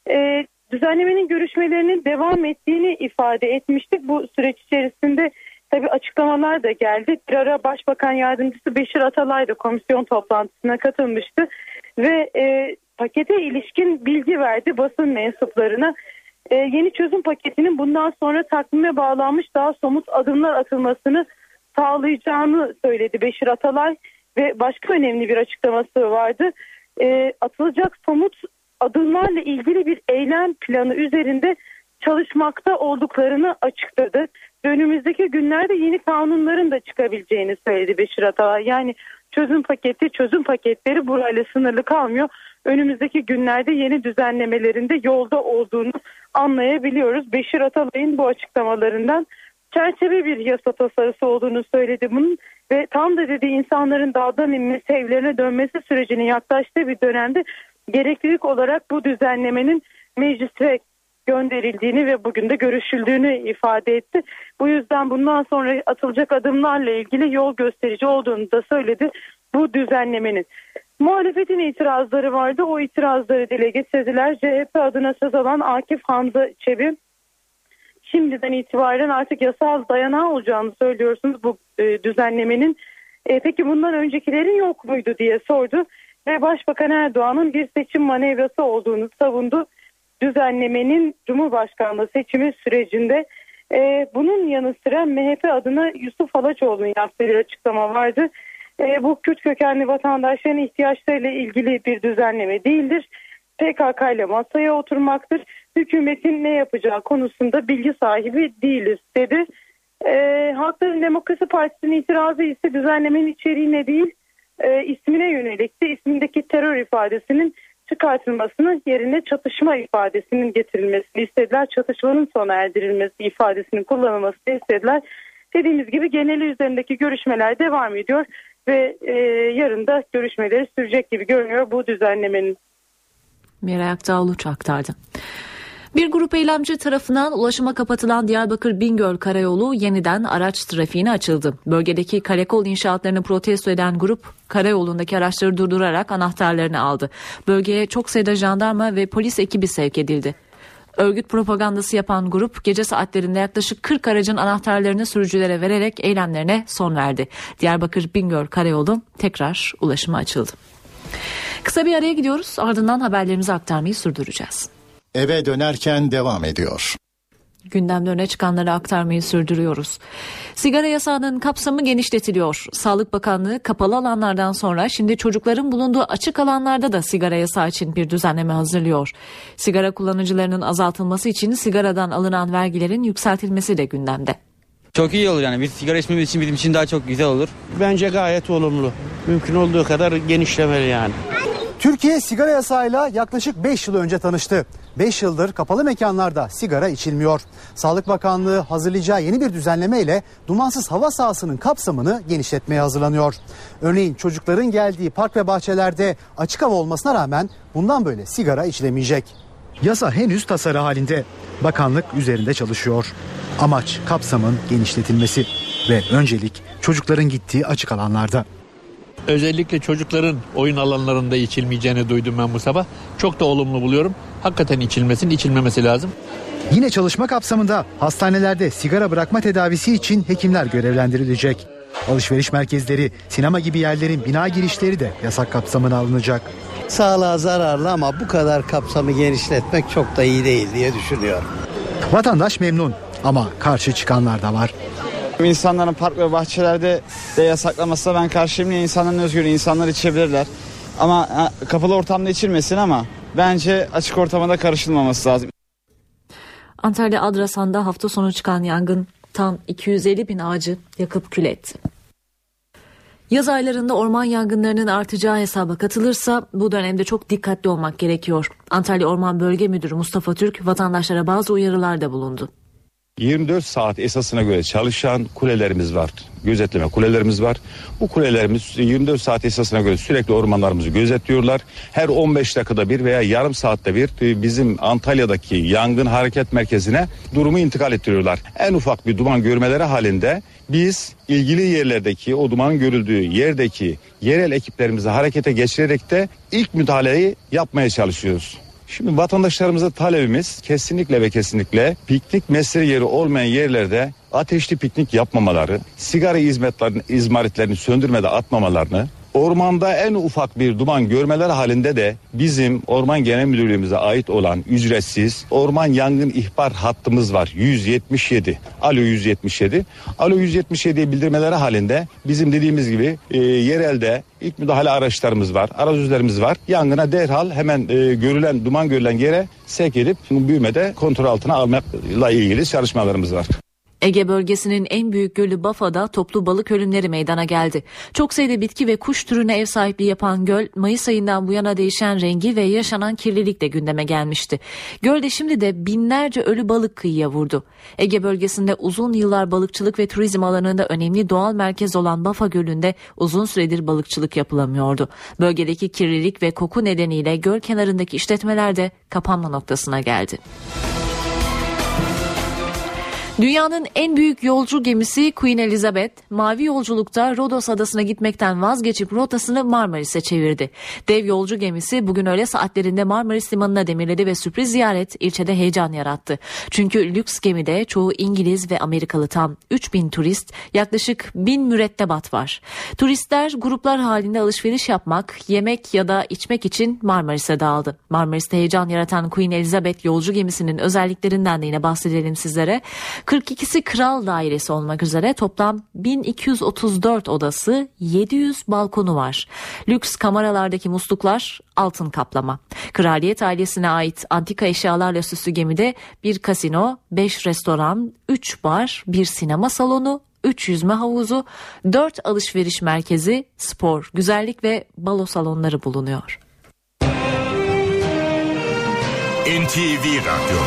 Düzenlemenin görüşmelerinin devam ettiğini ifade etmiştik. Bu süreç içerisinde tabii açıklamalar da geldi. Bir ara Başbakan Yardımcısı Beşir Atalay da komisyon toplantısına katılmıştı ve pakete ilişkin bilgi verdi basın mensuplarına. Yeni çözüm paketinin bundan sonra takvime bağlanmış daha somut adımlar atılmasını sağlayacağını söyledi Beşir Atalay ve başka önemli bir açıklaması vardı. Atılacak somut adımlarla ilgili bir eylem planı üzerinde çalışmakta olduklarını açıkladı. Önümüzdeki günlerde yeni kanunların da çıkabileceğini söyledi Beşir Atalay. Yani çözüm paketleri burayla sınırlı kalmıyor. Önümüzdeki günlerde yeni düzenlemelerinde yolda olduğunu anlayabiliyoruz. Beşir Atalay'ın bu açıklamalarından çerçeve bir yasa tasarısı olduğunu söyledi bunun ve tam da dedi insanların dağdan inmesi, evlerine dönmesi sürecinin yaklaştığı bir dönemde gereklilik olarak bu düzenlemenin meclise gönderildiğini ve bugün de görüşüldüğünü ifade etti. Bu yüzden bundan sonra atılacak adımlarla ilgili yol gösterici olduğunu da söyledi bu düzenlemenin. Muhalefetin itirazları vardı. O itirazları dile getirdiler. CHP adına söz alan Akif Hamza Çebi, şimdiden itibaren artık yasal dayanağı olacağını söylüyorsunuz bu düzenlemenin. Peki bundan öncekilerin yok muydu diye sordu. Ve Başbakan Erdoğan'ın bir seçim manevrası olduğunu savundu. Düzenlemenin Cumhurbaşkanlığı seçimi sürecinde. Bunun yanı sıra MHP adına Yusuf Alaçoğlu'nun yaptığı bir açıklama vardı. Bu Kürt kökenli vatandaşların ihtiyaçlarıyla ilgili bir düzenleme değildir. PKK ile masaya oturmaktır. Hükümetin ne yapacağı konusunda bilgi sahibi değiliz dedi. Halkların Demokrasi Partisi'nin itirazı ise düzenlemenin içeriğine değil ismine yönelikti. İsmindeki terör ifadesinin çıkartılmasını, yerine çatışma ifadesinin getirilmesini istediler. Çatışmanın sona erdirilmesi ifadesinin kullanılmasını istediler. Dediğimiz gibi geneli üzerindeki görüşmeler devam ediyor ve yarın da görüşmeleri sürecek gibi görünüyor bu düzenlemenin. Miray Aktağlıç aktardı. Bir grup eylemci tarafından ulaşıma kapatılan Diyarbakır-Bingöl Karayolu yeniden araç trafiğine açıldı. Bölgedeki karakol inşaatlarını protesto eden grup karayolundaki araçları durdurarak anahtarlarını aldı. Bölgeye çok sayıda jandarma ve polis ekibi sevk edildi. Örgüt propagandası yapan grup gece saatlerinde yaklaşık 40 aracın anahtarlarını sürücülere vererek eylemlerine son verdi. Diyarbakır-Bingöl Karayolu tekrar ulaşıma açıldı. Kısa bir araya gidiyoruz, ardından haberlerimizi aktarmayı sürdüreceğiz. Eve dönerken devam ediyor. Gündemde öne çıkanları aktarmayı sürdürüyoruz. Sigara yasağının kapsamı genişletiliyor. Sağlık Bakanlığı kapalı alanlardan sonra şimdi çocukların bulunduğu açık alanlarda da sigara yasağı için bir düzenleme hazırlıyor. Sigara kullanıcılarının azaltılması için sigaradan alınan vergilerin yükseltilmesi de gündemde. Çok iyi olur yani. Bir sigara içmemiz için bizim için daha çok güzel olur. Bence gayet olumlu. Mümkün olduğu kadar genişlemeli yani. Türkiye sigara yasağıyla yaklaşık 5 yıl önce tanıştı. 5 yıldır kapalı mekanlarda sigara içilmiyor. Sağlık Bakanlığı hazırlayacağı yeni bir düzenlemeyle dumansız hava sahasının kapsamını genişletmeye hazırlanıyor. Örneğin çocukların geldiği park ve bahçelerde açık hava olmasına rağmen bundan böyle sigara içilemeyecek. Yasa henüz tasarı halinde. Bakanlık üzerinde çalışıyor. Amaç kapsamın genişletilmesi ve öncelik çocukların gittiği açık alanlarda. Özellikle çocukların oyun alanlarında içilmeyeceğini duydum ben bu sabah. Çok da olumlu buluyorum. Hakikaten içilmemesi lazım. Yine çalışma kapsamında hastanelerde sigara bırakma tedavisi için hekimler görevlendirilecek. Alışveriş merkezleri, sinema gibi yerlerin bina girişleri de yasak kapsamına alınacak. Sağlığa zararlı ama bu kadar kapsamı genişletmek çok da iyi değil diye düşünüyorum. Vatandaş memnun ama karşı çıkanlar da var. İnsanların park ve bahçelerde de yasaklamasına ben karşıyım. İnsanların özgürlüğü, insanlar içebilirler. Ama kapalı ortamda içilmesin ama bence açık ortamda karışılmaması lazım. Antalya Adrasan'da hafta sonu çıkan yangın tam 250 bin ağacı yakıp kül etti. Yaz aylarında orman yangınlarının artacağı hesaba katılırsa bu dönemde çok dikkatli olmak gerekiyor. Antalya Orman Bölge Müdürü Mustafa Türk vatandaşlara bazı uyarılarda bulundu. 24 saat esasına göre çalışan kulelerimiz var. Gözetleme kulelerimiz var. Bu kulelerimiz 24 saat esasına göre sürekli ormanlarımızı gözetliyorlar. Her 15 dakikada bir veya yarım saatte bir bizim Antalya'daki yangın hareket merkezine durumu intikal ettiriyorlar. En ufak bir duman görmeleri halinde biz ilgili yerlerdeki o dumanın görüldüğü yerdeki yerel ekiplerimizi harekete geçirerek de ilk müdahaleyi yapmaya çalışıyoruz. Şimdi vatandaşlarımıza talebimiz kesinlikle ve kesinlikle piknik mesire yeri olmayan yerlerde ateşli piknik yapmamaları, sigara izmaritlerini söndürmede atmamalarını, ormanda en ufak bir duman görmeleri halinde de bizim Orman Genel Müdürlüğümüze ait olan ücretsiz orman yangın ihbar hattımız var. 177. Alo 177. Alo 177'ye bildirmeleri halinde bizim dediğimiz gibi yerelde ilk müdahale araçlarımız var, arazüzlerimiz var. Yangına derhal hemen duman görülen yere sevk edip büyümede kontrol altına almakla ilgili çalışmalarımız var. Ege bölgesinin en büyük gölü Bafa'da toplu balık ölümleri meydana geldi. Çok sayıda bitki ve kuş türüne ev sahipliği yapan göl, Mayıs ayından bu yana değişen rengi ve yaşanan kirlilikle gündeme gelmişti. Gölde şimdi de binlerce ölü balık kıyıya vurdu. Ege bölgesinde uzun yıllar balıkçılık ve turizm alanında önemli doğal merkez olan Bafa Gölü'nde uzun süredir balıkçılık yapılamıyordu. Bölgedeki kirlilik ve koku nedeniyle göl kenarındaki işletmeler de kapanma noktasına geldi. Dünyanın en büyük yolcu gemisi Queen Elizabeth, mavi yolculukta Rodos adasına gitmekten vazgeçip rotasını Marmaris'e çevirdi. Dev yolcu gemisi bugün öğle saatlerinde Marmaris limanına demirledi ve sürpriz ziyaret ilçede heyecan yarattı. Çünkü lüks gemide çoğu İngiliz ve Amerikalı tam 3000 turist, yaklaşık 1000 mürettebat var. Turistler gruplar halinde alışveriş yapmak, yemek ya da içmek için Marmaris'e dağıldı. Marmaris'te heyecan yaratan Queen Elizabeth yolcu gemisinin özelliklerinden de yine bahsedelim sizlere. 42'si kral dairesi olmak üzere toplam 1234 odası, 700 balkonu var. Lüks kameralardaki musluklar altın kaplama. Kraliyet ailesine ait antika eşyalarla süslü gemide bir kasino, 5 restoran, 3 bar, 1 sinema salonu, 3 yüzme havuzu, 4 alışveriş merkezi, spor, güzellik ve balo salonları bulunuyor. NTV Radyo.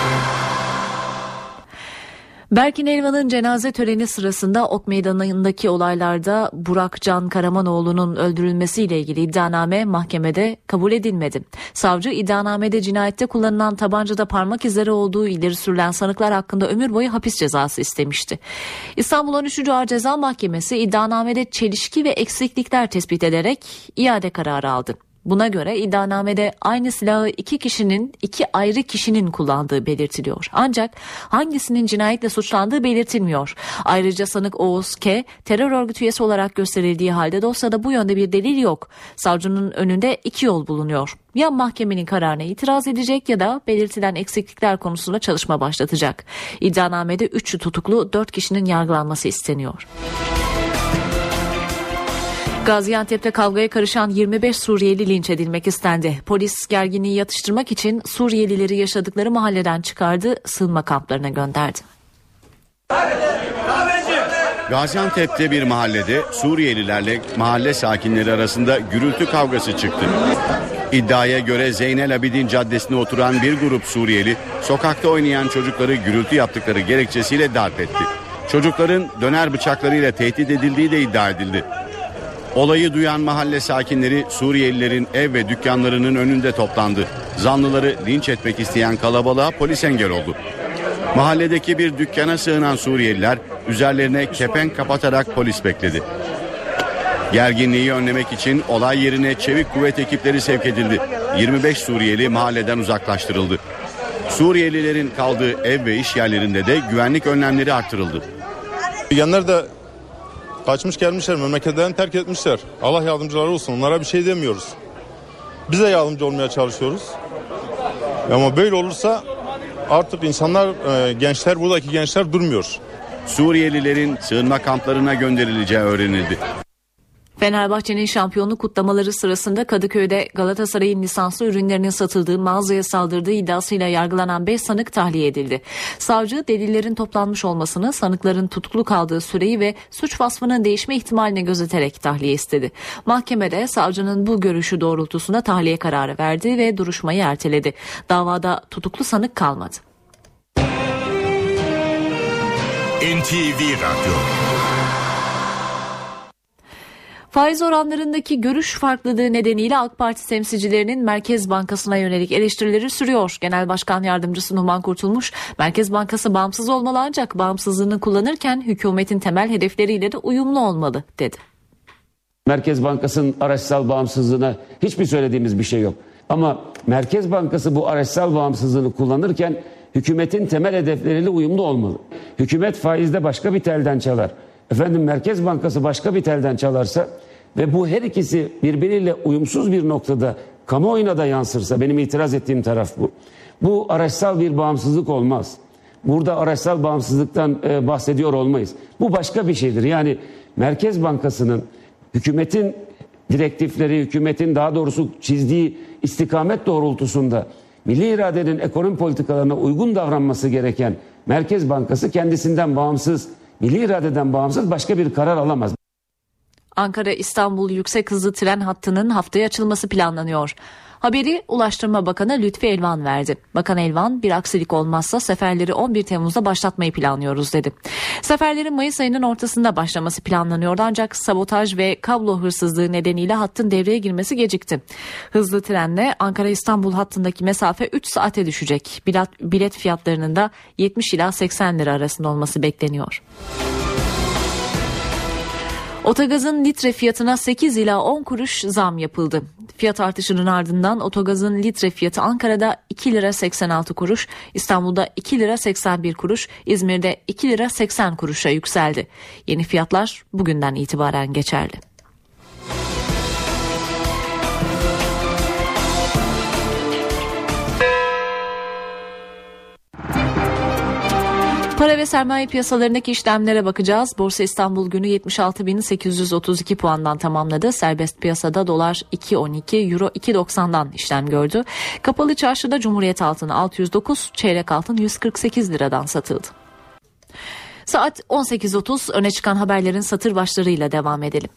Berkin Elvan'ın cenaze töreni sırasında Ok Meydanı'ndaki olaylarda Burak Can Karamanoğlu'nun öldürülmesiyle ilgili iddianame mahkemede kabul edilmedi. Savcı iddianamede cinayette kullanılan tabancada parmak izleri olduğu ileri sürülen sanıklar hakkında ömür boyu hapis cezası istemişti. İstanbul 13. Ağır Ceza Mahkemesi iddianamede çelişki ve eksiklikler tespit ederek iade kararı aldı. Buna göre iddianamede aynı silahı iki ayrı kişinin kullandığı belirtiliyor. Ancak hangisinin cinayetle suçlandığı belirtilmiyor. Ayrıca sanık Oğuz K. terör örgütü üyesi olarak gösterildiği halde dosyada bu yönde bir delil yok. Savcının önünde 2 yol bulunuyor. Ya mahkemenin kararına itiraz edecek ya da belirtilen eksiklikler konusunda çalışma başlatacak. İddianamede 3 tutuklu 4 kişinin yargılanması isteniyor. Gaziantep'te kavgaya karışan 25 Suriyeli linç edilmek istendi. Polis gerginliği yatıştırmak için Suriyelileri yaşadıkları mahalleden çıkardı, sığınma kamplarına gönderdi. Gaziantep'te bir mahallede Suriyelilerle mahalle sakinleri arasında gürültü kavgası çıktı. İddiaya göre Zeynel Abidin Caddesi'nde oturan bir grup Suriyeli sokakta oynayan çocukları gürültü yaptıkları gerekçesiyle darp etti. Çocukların döner bıçaklarıyla tehdit edildiği de iddia edildi. Olayı duyan mahalle sakinleri Suriyelilerin ev ve dükkanlarının önünde toplandı. Zanlıları linç etmek isteyen kalabalığa polis engel oldu. Mahalledeki bir dükkana sığınan Suriyeliler üzerlerine kepenk kapatarak polis bekledi. Gerginliği önlemek için olay yerine çevik kuvvet ekipleri sevk edildi. 25 Suriyeli mahalleden uzaklaştırıldı. Suriyelilerin kaldığı ev ve iş yerlerinde de güvenlik önlemleri artırıldı. Yanlar da kaçmış gelmişler, memleketlerini terk etmişler. Allah yardımcıları olsun, onlara bir şey demiyoruz. Biz de yardımcı olmaya çalışıyoruz. Ama böyle olursa artık insanlar, gençler, buradaki gençler durmuyor. Suriyelilerin sığınma kamplarına gönderileceği öğrenildi. Fenerbahçe'nin şampiyonluk kutlamaları sırasında Kadıköy'de Galatasaray'ın lisanslı ürünlerinin satıldığı mağazaya saldırdığı iddiasıyla yargılanan 5 sanık tahliye edildi. Savcı delillerin toplanmış olmasını, sanıkların tutuklu kaldığı süreyi ve suç vasfının değişme ihtimalini gözeterek tahliye istedi. Mahkemede savcının bu görüşü doğrultusunda tahliye kararı verdi ve duruşmayı erteledi. Davada tutuklu sanık kalmadı. NTV Radyo. Faiz oranlarındaki görüş farklılığı nedeniyle AK Parti temsilcilerinin Merkez Bankası'na yönelik eleştirileri sürüyor. Genel Başkan Yardımcısı Numan Kurtulmuş, Merkez Bankası bağımsız olmalı ancak bağımsızlığını kullanırken hükümetin temel hedefleriyle de uyumlu olmalı dedi. Merkez Bankası'nın araçsal bağımsızlığına hiçbir söylediğimiz bir şey yok. Ama Merkez Bankası bu araçsal bağımsızlığını kullanırken hükümetin temel hedefleriyle uyumlu olmalı. Hükümet faizde başka bir telden çalar. Merkez Bankası başka bir telden çalarsa ve bu her ikisi birbiriyle uyumsuz bir noktada kamuoyuna da yansırsa, benim itiraz ettiğim taraf bu. Bu araçsal bir bağımsızlık olmaz. Burada araçsal bağımsızlıktan bahsediyor olmayız. Bu başka bir şeydir. Yani Merkez Bankası'nın hükümetin direktifleri, hükümetin daha doğrusu çizdiği istikamet doğrultusunda milli iradenin ekonomi politikalarına uygun davranması gereken Merkez Bankası kendisinden bağımsız, milli iradeden bağımsız başka bir karar alamaz. Ankara-İstanbul yüksek hızlı tren hattının haftaya açılması planlanıyor. Haberi Ulaştırma Bakanı Lütfi Elvan verdi. Bakan Elvan, bir aksilik olmazsa seferleri 11 Temmuz'da başlatmayı planlıyoruz dedi. Seferlerin Mayıs ayının ortasında başlaması planlanıyordu ancak sabotaj ve kablo hırsızlığı nedeniyle hattın devreye girmesi gecikti. Hızlı trenle Ankara-İstanbul hattındaki mesafe 3 saate düşecek. Bilet fiyatlarının da 70 ila 80 lira arasında olması bekleniyor. Otogazın litre fiyatına 8 ila 10 kuruş zam yapıldı. Fiyat artışının ardından otogazın litre fiyatı Ankara'da 2 lira 86 kuruş, İstanbul'da 2 lira 81 kuruş, İzmir'de 2 lira 80 kuruşa yükseldi. Yeni fiyatlar bugünden itibaren geçerli. Para ve sermaye piyasalarındaki işlemlere bakacağız. Borsa İstanbul günü 76.832 puandan tamamladı. Serbest piyasada dolar 2.12, euro 2.90'dan işlem gördü. Kapalı çarşıda Cumhuriyet altını 609, çeyrek altın 148 liradan satıldı. Saat 18.30, öne çıkan haberlerin satır başlarıyla devam edelim.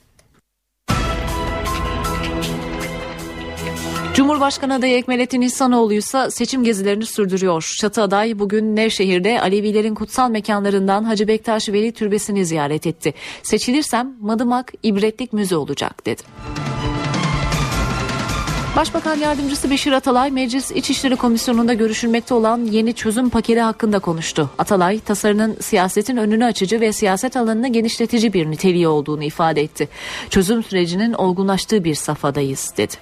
Cumhurbaşkanı adayı Ekmelettin İhsanoğlu ise seçim gezilerini sürdürüyor. Çatı aday bugün Nevşehir'de Alevilerin kutsal mekanlarından Hacı Bektaş Veli Türbesi'ni ziyaret etti. Seçilirsem Madımak ibretlik müze olacak dedi. Başbakan Yardımcısı Beşir Atalay, Meclis İçişleri Komisyonu'nda görüşülmekte olan yeni çözüm paketi hakkında konuştu. Atalay, tasarının siyasetin önünü açıcı ve siyaset alanını genişletici bir niteliği olduğunu ifade etti. Çözüm sürecinin olgunlaştığı bir safhadayız dedi.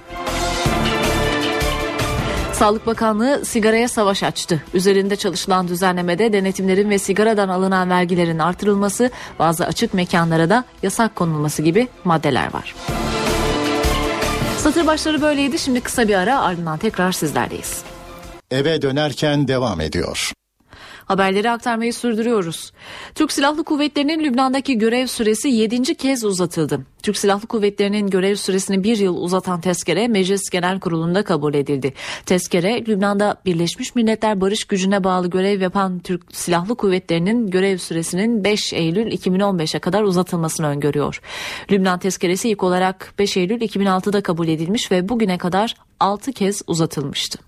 Sağlık Bakanlığı sigaraya savaş açtı. Üzerinde çalışılan düzenlemede denetimlerin ve sigaradan alınan vergilerin artırılması, bazı açık mekanlara da yasak konulması gibi maddeler var. Satır başları böyleydi. Şimdi kısa bir ara, ardından tekrar sizlerleyiz. Eve dönerken devam ediyor. Haberleri aktarmayı sürdürüyoruz. Türk Silahlı Kuvvetleri'nin Lübnan'daki görev süresi 7. kez uzatıldı. Türk Silahlı Kuvvetleri'nin görev süresini 1 yıl uzatan tezkere Meclis Genel Kurulu'nda kabul edildi. Tezkere, Lübnan'da Birleşmiş Milletler Barış Gücü'ne bağlı görev yapan Türk Silahlı Kuvvetleri'nin görev süresinin 5 Eylül 2015'e kadar uzatılmasını öngörüyor. Lübnan tezkeresi ilk olarak 5 Eylül 2006'da kabul edilmiş ve bugüne kadar 6 kez uzatılmıştı.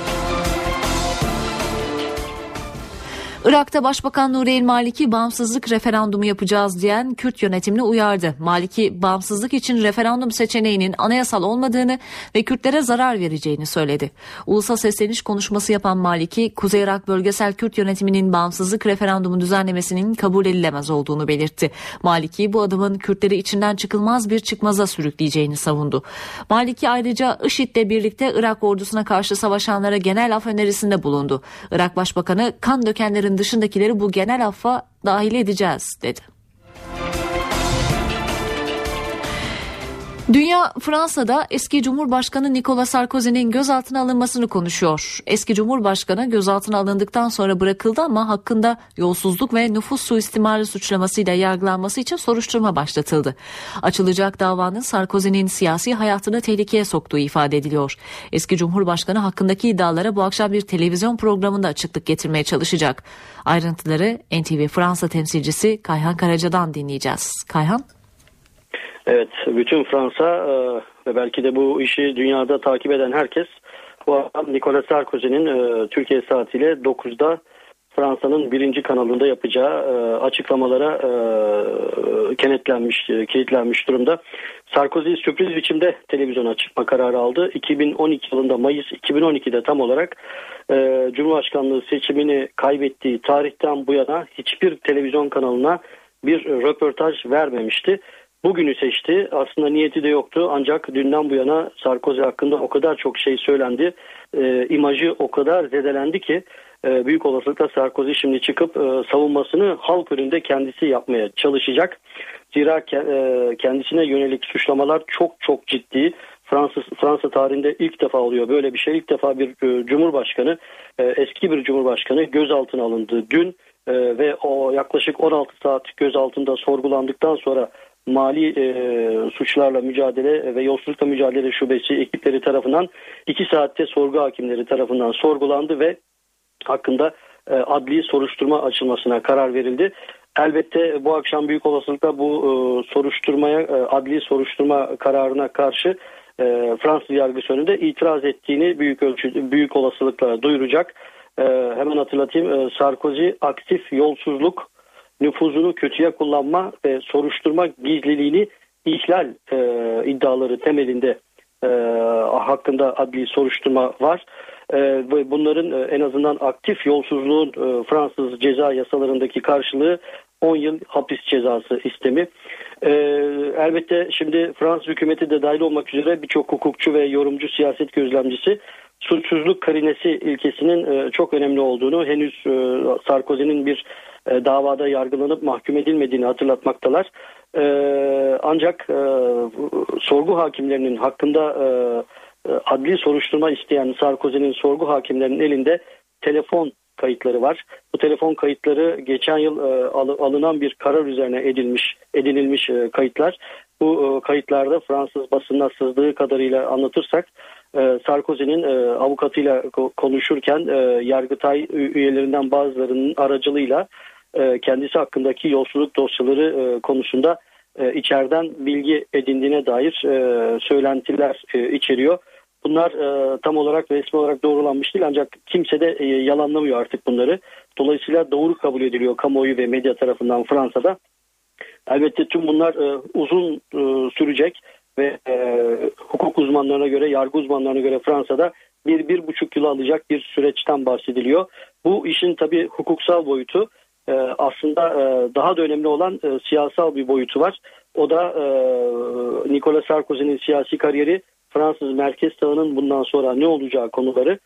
Irak'ta Başbakan Nuri el-Maliki bağımsızlık referandumu yapacağız diyen Kürt yönetimini uyardı. Maliki, bağımsızlık için referandum seçeneğinin anayasal olmadığını ve Kürtlere zarar vereceğini söyledi. Ulusal sesleniş konuşması yapan Maliki, Kuzey Irak Bölgesel Kürt Yönetimi'nin bağımsızlık referandumu düzenlemesinin kabul edilemez olduğunu belirtti. Maliki, bu adımın Kürtleri içinden çıkılmaz bir çıkmaza sürükleyeceğini savundu. Maliki ayrıca IŞİD'le birlikte Irak ordusuna karşı savaşanlara genel af önerisinde bulundu. Irak Başbakanı, kan dökenlerin dışındakileri bu genel affa dahil edeceğiz dedi. Dünya Fransa'da eski Cumhurbaşkanı Nicolas Sarkozy'nin gözaltına alınmasını konuşuyor. Eski Cumhurbaşkanı gözaltına alındıktan sonra bırakıldı ama hakkında yolsuzluk ve nüfus suistimali suçlamasıyla yargılanması için soruşturma başlatıldı. Açılacak davanın Sarkozy'nin siyasi hayatını tehlikeye soktuğu ifade ediliyor. Eski Cumhurbaşkanı hakkındaki iddialara bu akşam bir televizyon programında açıklık getirmeye çalışacak. Ayrıntıları NTV Fransa temsilcisi Kayhan Karaca'dan dinleyeceğiz. Kayhan? Evet, bütün Fransa ve belki de bu işi dünyada takip eden herkes bu akşam Nicolas Sarkozy'nin Türkiye saatiyle 9'da Fransa'nın 1. kanalında yapacağı açıklamalara kilitlenmiş durumda. Sarkozy sürpriz biçimde televizyona çıkma kararı aldı. 2012 yılında Mayıs 2012'de tam olarak Cumhurbaşkanlığı seçimini kaybettiği tarihten bu yana hiçbir televizyon kanalına bir röportaj vermemişti. Bugünü seçti. Aslında niyeti de yoktu. Ancak dünden bu yana Sarkozy hakkında o kadar çok şey söylendi. İmajı o kadar zedelendi ki büyük olasılıkla Sarkozy şimdi çıkıp savunmasını halk önünde kendisi yapmaya çalışacak. Zira kendisine yönelik suçlamalar çok ciddi. Fransa tarihinde ilk defa oluyor böyle bir şey. İlk defa bir cumhurbaşkanı, eski bir cumhurbaşkanı gözaltına alındı dün ve o yaklaşık 16 saat gözaltında sorgulandıktan sonra mali suçlarla mücadele ve yolsuzlukla mücadele şubesi ekipleri tarafından 2 saatte sorgu hakimleri tarafından sorgulandı ve hakkında adli soruşturma açılmasına karar verildi. Elbette bu akşam büyük olasılıkla bu adli soruşturma kararına karşı Fransız yargısı önünde itiraz ettiğini büyük olasılıkla duyuracak. Hemen hatırlatayım, Sarkozy aktif yolsuzluk, nüfuzunu kötüye kullanma ve soruşturma gizliliğini ihlal iddiaları temelinde hakkında adli soruşturma var. Ve bunların en azından aktif yolsuzluğun Fransız ceza yasalarındaki karşılığı 10 yıl hapis cezası istemi. Elbette şimdi Fransız hükümeti de dahil olmak üzere birçok hukukçu ve yorumcu, siyaset gözlemcisi suçsuzluk karinesi ilkesinin çok önemli olduğunu, henüz Sarkozy'nin bir davada yargılanıp mahkum edilmediğini hatırlatmaktalar. Ancak sorgu hakimlerinin hakkında adli soruşturma isteyen Sarkozy'nin sorgu hakimlerinin elinde telefon kayıtları var. Bu telefon kayıtları geçen yıl alınan bir karar üzerine edinilmiş kayıtlar. Bu kayıtlarda Fransız basınına sızdığı kadarıyla anlatırsak Sarkozy'nin avukatıyla konuşurken Yargıtay üyelerinden bazılarının aracılığıyla kendisi hakkındaki yolsuzluk dosyaları konusunda içeriden bilgi edindiğine dair söylentiler içeriyor. Bunlar tam olarak resmi olarak doğrulanmış değil, ancak kimse de yalanlamıyor artık bunları. Dolayısıyla doğru kabul ediliyor kamuoyu ve medya tarafından Fransa'da. Elbette tüm bunlar uzun sürecek ve hukuk uzmanlarına göre, yargı uzmanlarına göre Fransa'da 1-1,5 yıl alacak bir süreçten bahsediliyor. Bu işin tabii hukuksal boyutu, aslında daha da önemli olan siyasal bir boyutu var. O da Nicolas Sarkozy'nin siyasi kariyeri, Fransız merkez sağının bundan sonra ne olacağı konuları.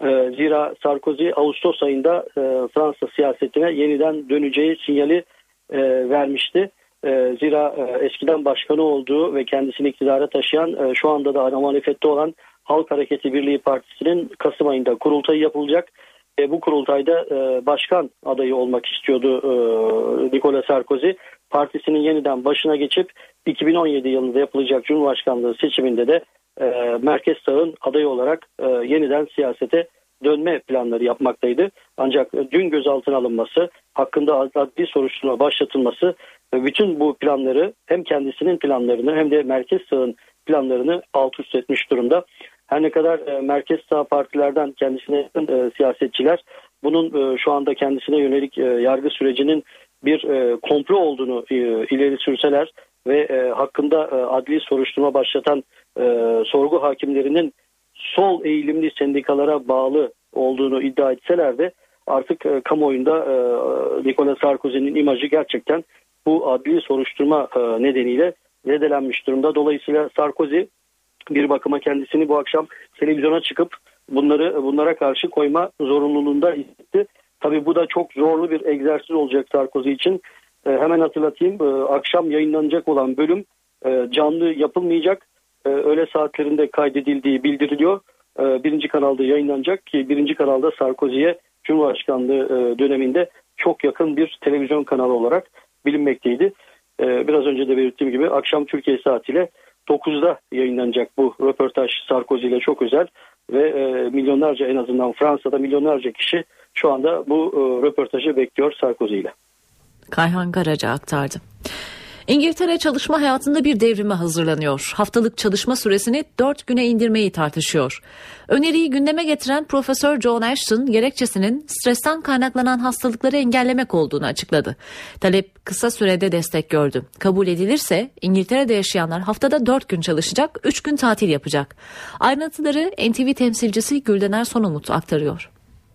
Zira Sarkozy Ağustos ayında Fransa siyasetine yeniden döneceği sinyali vermişti. Zira eskiden başkanı olduğu ve kendisini iktidara taşıyan, şu anda da ana muhalefette olan Halk Hareketi Birliği Partisi'nin Kasım ayında kurultayı yapılacak. Bu kurultayda başkan adayı olmak istiyordu Nicolas Sarkozy. Partisinin yeniden başına geçip 2017 yılında yapılacak Cumhurbaşkanlığı seçiminde de merkez sağın adayı olarak yeniden siyasete dönme planları yapmaktaydı. Ancak dün gözaltına alınması, hakkında adli soruşturma başlatılması ve bütün bu planları, hem kendisinin planlarını hem de merkez sağın planlarını alt üst etmiş durumda. Her ne kadar merkez sağ partilerden kendisine yakın siyasetçiler bunun şu anda kendisine yönelik yargı sürecinin bir komplo olduğunu ileri sürseler ve hakkında adli soruşturma başlatan sorgu hakimlerinin sol eğilimli sendikalara bağlı olduğunu iddia etseler de artık kamuoyunda Nicolas Sarkozy'nin imajı gerçekten bu adli soruşturma nedeniyle zedelenmiş durumda. Dolayısıyla Sarkozy bir bakıma kendisini bu akşam televizyona çıkıp bunlara karşı koyma zorunluluğunda hissetti. Tabii bu da çok zorlu bir egzersiz olacak Sarkozy için. Hemen hatırlatayım, akşam yayınlanacak olan bölüm canlı yapılmayacak. Öğle saatlerinde kaydedildiği bildiriliyor. Birinci kanalda yayınlanacak ki birinci kanalda Sarkozy'ye Cumhurbaşkanlığı döneminde çok yakın bir televizyon kanalı olarak bilinmekteydi. Biraz önce de belirttiğim gibi akşam Türkiye saatiyle 9'da yayınlanacak bu röportaj Sarkozy ile çok özel ve milyonlarca, en azından Fransa'da milyonlarca kişi şu anda bu röportajı bekliyor Sarkozy ile. Kayhan Karaca aktardı. İngiltere çalışma hayatında bir devrime hazırlanıyor. Haftalık çalışma süresini 4 güne indirmeyi tartışıyor. Öneriyi gündeme getiren Profesör John Ashton gerekçesinin stresten kaynaklanan hastalıkları engellemek olduğunu açıkladı. Talep kısa sürede destek gördü. Kabul edilirse İngiltere'de yaşayanlar haftada 4 gün çalışacak, 3 gün tatil yapacak. Ayrıntıları NTV temsilcisi Güldener Sonumut aktarıyor.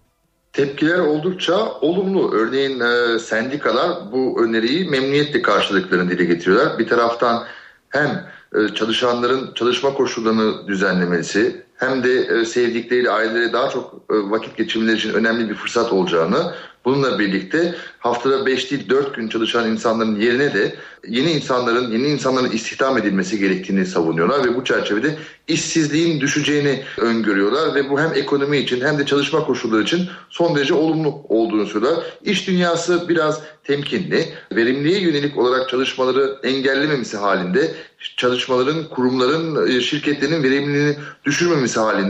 Tepkiler oldukça olumlu. Örneğin sendikalar bu öneriyi memnuniyetle karşılıklarını dile getiriyorlar. Bir taraftan hem çalışanların çalışma koşullarını düzenlemesi hem de sevdikleriyle, aileleri daha çok vakit geçirmeleri için önemli bir fırsat olacağını, bununla birlikte haftada 5 değil 4 gün çalışan insanların yerine de yeni insanların istihdam edilmesi gerektiğini savunuyorlar ve bu çerçevede işsizliğin düşeceğini öngörüyorlar ve bu hem ekonomi için hem de çalışma koşulları için son derece olumlu olduğunu söylüyorlar. İş dünyası biraz temkinli, verimliye yönelik olarak çalışmaları engellememesi halinde, çalışmaların, kurumların, şirketlerin verimliliğini düşürmemesi halinde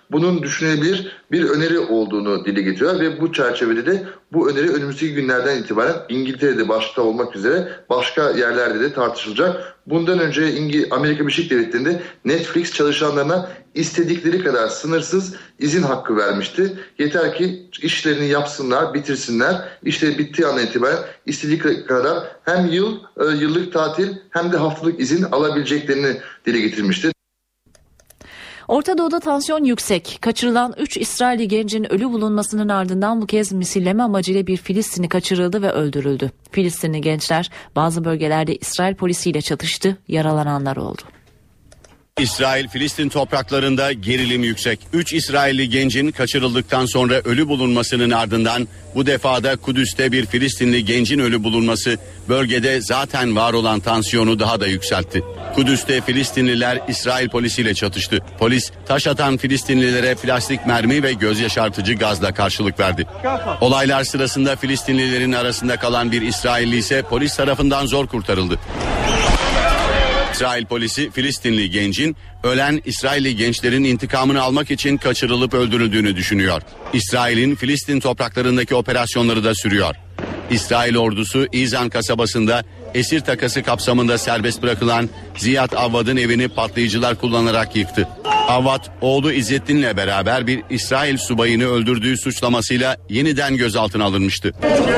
bunun düşünebilir bir öneri olduğunu dile getiriyorlar ve bu çerçevede de bu öneri önümüzdeki günlerden itibaren İngiltere'de başta olmak üzere başka yerlerde de tartışılacak. Bundan önce Amerika Birleşik Devletleri'nde Netflix çalışanlarına istedikleri kadar sınırsız izin hakkı vermişti. Yeter ki işlerini yapsınlar, bitirsinler. İşleri bittiği andan itibaren istedikleri kadar hem yıllık tatil hem de haftalık izin alabileceklerini dile getirmişti. Orta Doğu'da tansiyon yüksek. Kaçırılan 3 İsrailli gencin ölü bulunmasının ardından bu kez misilleme amacıyla bir Filistinli kaçırıldı ve öldürüldü. Filistinli gençler bazı bölgelerde İsrail polisiyle çatıştı, yaralananlar oldu. İsrail-Filistin topraklarında gerilim yüksek. 3 İsrailli gencin kaçırıldıktan sonra ölü bulunmasının ardından bu defada Kudüs'te bir Filistinli gencin ölü bulunması bölgede zaten var olan tansiyonu daha da yükseltti. Kudüs'te Filistinliler İsrail polisiyle çatıştı. Polis taş atan Filistinlilere plastik mermi ve göz yaşartıcı gazla karşılık verdi. Olaylar sırasında Filistinlilerin arasında kalan bir İsrailli ise polis tarafından zor kurtarıldı. İsrail polisi Filistinli gencin ölen İsrailli gençlerin intikamını almak için kaçırılıp öldürüldüğünü düşünüyor. İsrail'in Filistin topraklarındaki operasyonları da sürüyor. İsrail ordusu İzan kasabasında esir takası kapsamında serbest bırakılan Ziyad Avvad'ın evini patlayıcılar kullanarak yıktı. Avvad, oğlu İzzettin'le beraber bir İsrail subayını öldürdüğü suçlamasıyla yeniden gözaltına alınmıştı.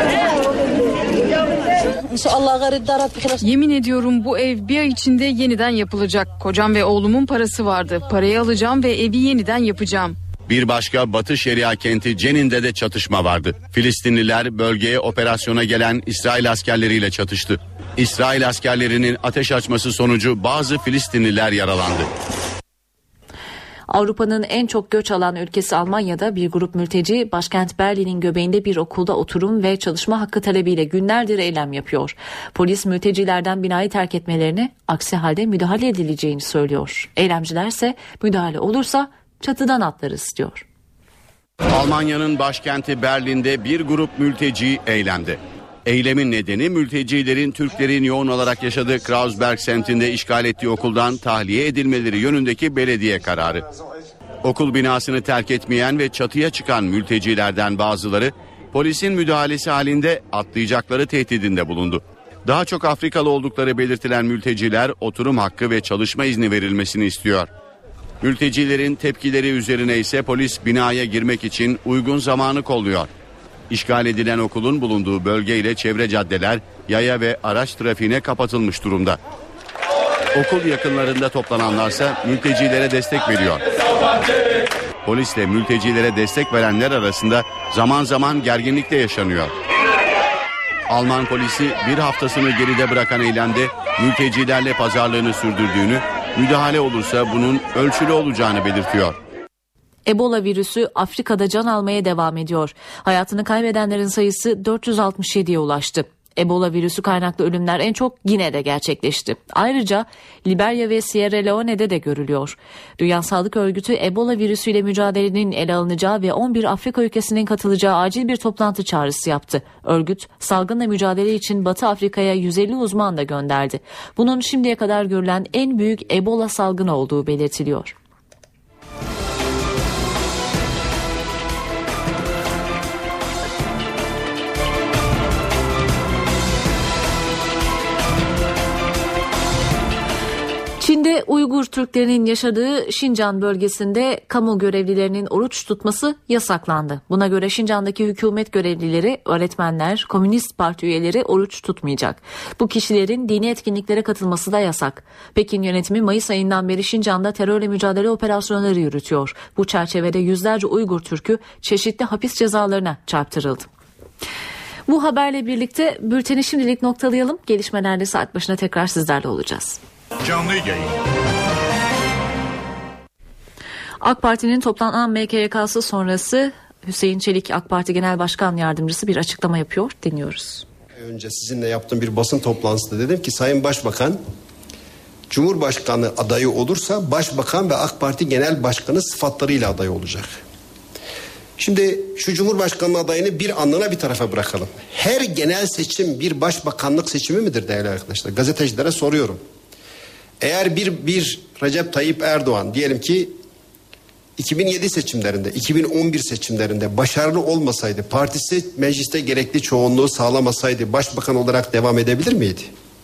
Yemin ediyorum bu ev bir ay içinde yeniden yapılacak. Kocam ve oğlumun parası vardı. Parayı alacağım ve evi yeniden yapacağım. Bir başka Batı Şeria kenti Cenin'de de çatışma vardı. Filistinliler bölgeye operasyona gelen İsrail askerleriyle çatıştı. İsrail askerlerinin ateş açması sonucu bazı Filistinliler yaralandı. Avrupa'nın en çok göç alan ülkesi Almanya'da bir grup mülteci başkent Berlin'in göbeğinde bir okulda oturum ve çalışma hakkı talebiyle günlerdir eylem yapıyor. Polis mültecilerden binayı terk etmelerini, aksi halde müdahale edileceğini söylüyor. Eylemcilerse müdahale olursa çatıdan atlarız diyor. Almanya'nın başkenti Berlin'de bir grup mülteci eylemde. Eylemin nedeni mültecilerin Türklerin yoğun olarak yaşadığı Kreuzberg semtinde işgal ettiği okuldan tahliye edilmeleri yönündeki belediye kararı. Okul binasını terk etmeyen ve çatıya çıkan mültecilerden bazıları polisin müdahalesi halinde atlayacakları tehdidinde bulundu. Daha çok Afrikalı oldukları belirtilen mülteciler oturum hakkı ve çalışma izni verilmesini istiyor. Mültecilerin tepkileri üzerine ise polis binaya girmek için uygun zamanı kolluyor. İşgal edilen okulun bulunduğu bölge ile çevre caddeler yaya ve araç trafiğine kapatılmış durumda. Okul yakınlarında toplananlarsa mültecilere destek veriyor. Polisle mültecilere destek verenler arasında zaman zaman gerginlik de yaşanıyor. Alman polisi bir haftasını geride bırakan eylemde mültecilerle pazarlığını sürdürdüğünü, müdahale olursa bunun ölçülü olacağını belirtiyor. Ebola virüsü Afrika'da can almaya devam ediyor. Hayatını kaybedenlerin sayısı 467'ye ulaştı. Ebola virüsü kaynaklı ölümler en çok Gine'de gerçekleşti. Ayrıca Liberya ve Sierra Leone'de de görülüyor. Dünya Sağlık Örgütü Ebola virüsüyle mücadelenin ele alınacağı ve 11 Afrika ülkesinin katılacağı acil bir toplantı çağrısı yaptı. Örgüt salgınla mücadele için Batı Afrika'ya 150 uzman da gönderdi. Bunun şimdiye kadar görülen en büyük Ebola salgını olduğu belirtiliyor. Çin'de Uygur Türklerinin yaşadığı Şincan bölgesinde kamu görevlilerinin oruç tutması yasaklandı. Buna göre Şincan'daki hükümet görevlileri, öğretmenler, Komünist Parti üyeleri oruç tutmayacak. Bu kişilerin dini etkinliklere katılması da yasak. Pekin yönetimi Mayıs ayından beri Şincan'da terörle mücadele operasyonları yürütüyor. Bu çerçevede yüzlerce Uygur Türk'ü çeşitli hapis cezalarına çarptırıldı. Bu haberle birlikte bülteni şimdilik noktalayalım. Gelişmelerde saat başına tekrar sizlerle olacağız. Canlı yayın. AK Parti'nin toplanan MKYK'sı sonrası Hüseyin Çelik AK Parti Genel Başkan Yardımcısı bir açıklama yapıyor. Dinliyoruz. Önce sizinle yaptığım bir basın toplantısında dedim ki Sayın Başbakan Cumhurbaşkanı adayı olursa Başbakan ve AK Parti Genel Başkanı sıfatlarıyla aday olacak. Şimdi şu Cumhurbaşkanlığı adayını bir anlığına bir tarafa bırakalım. Her genel seçim bir başbakanlık seçimi midir değerli arkadaşlar? Gazetecilere soruyorum. Eğer bir Recep Tayyip Erdoğan diyelim ki 2007 seçimlerinde, 2011 seçimlerinde başarılı olmasaydı, partisi mecliste gerekli çoğunluğu sağlamasaydı başbakan olarak devam edebilir miydi?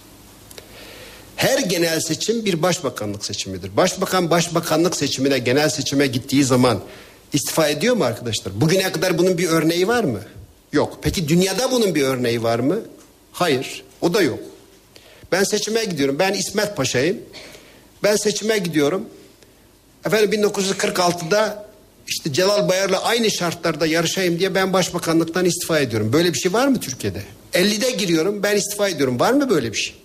Her genel seçim bir başbakanlık seçimidir. Başbakan başbakanlık seçimine, genel seçime gittiği zaman istifa ediyor mu arkadaşlar? Bugüne kadar bunun bir örneği var mı? Yok. Peki dünyada bunun bir örneği var mı? Hayır. O da yok. Ben seçime gidiyorum. Ben İsmet Paşa'yım. Ben seçime gidiyorum. Efendim 1946'da işte Celal Bayar'la aynı şartlarda yarışayım diye ben başbakanlıktan istifa ediyorum. Böyle bir şey var mı Türkiye'de? 50'de giriyorum, ben istifa ediyorum. Var mı böyle bir şey?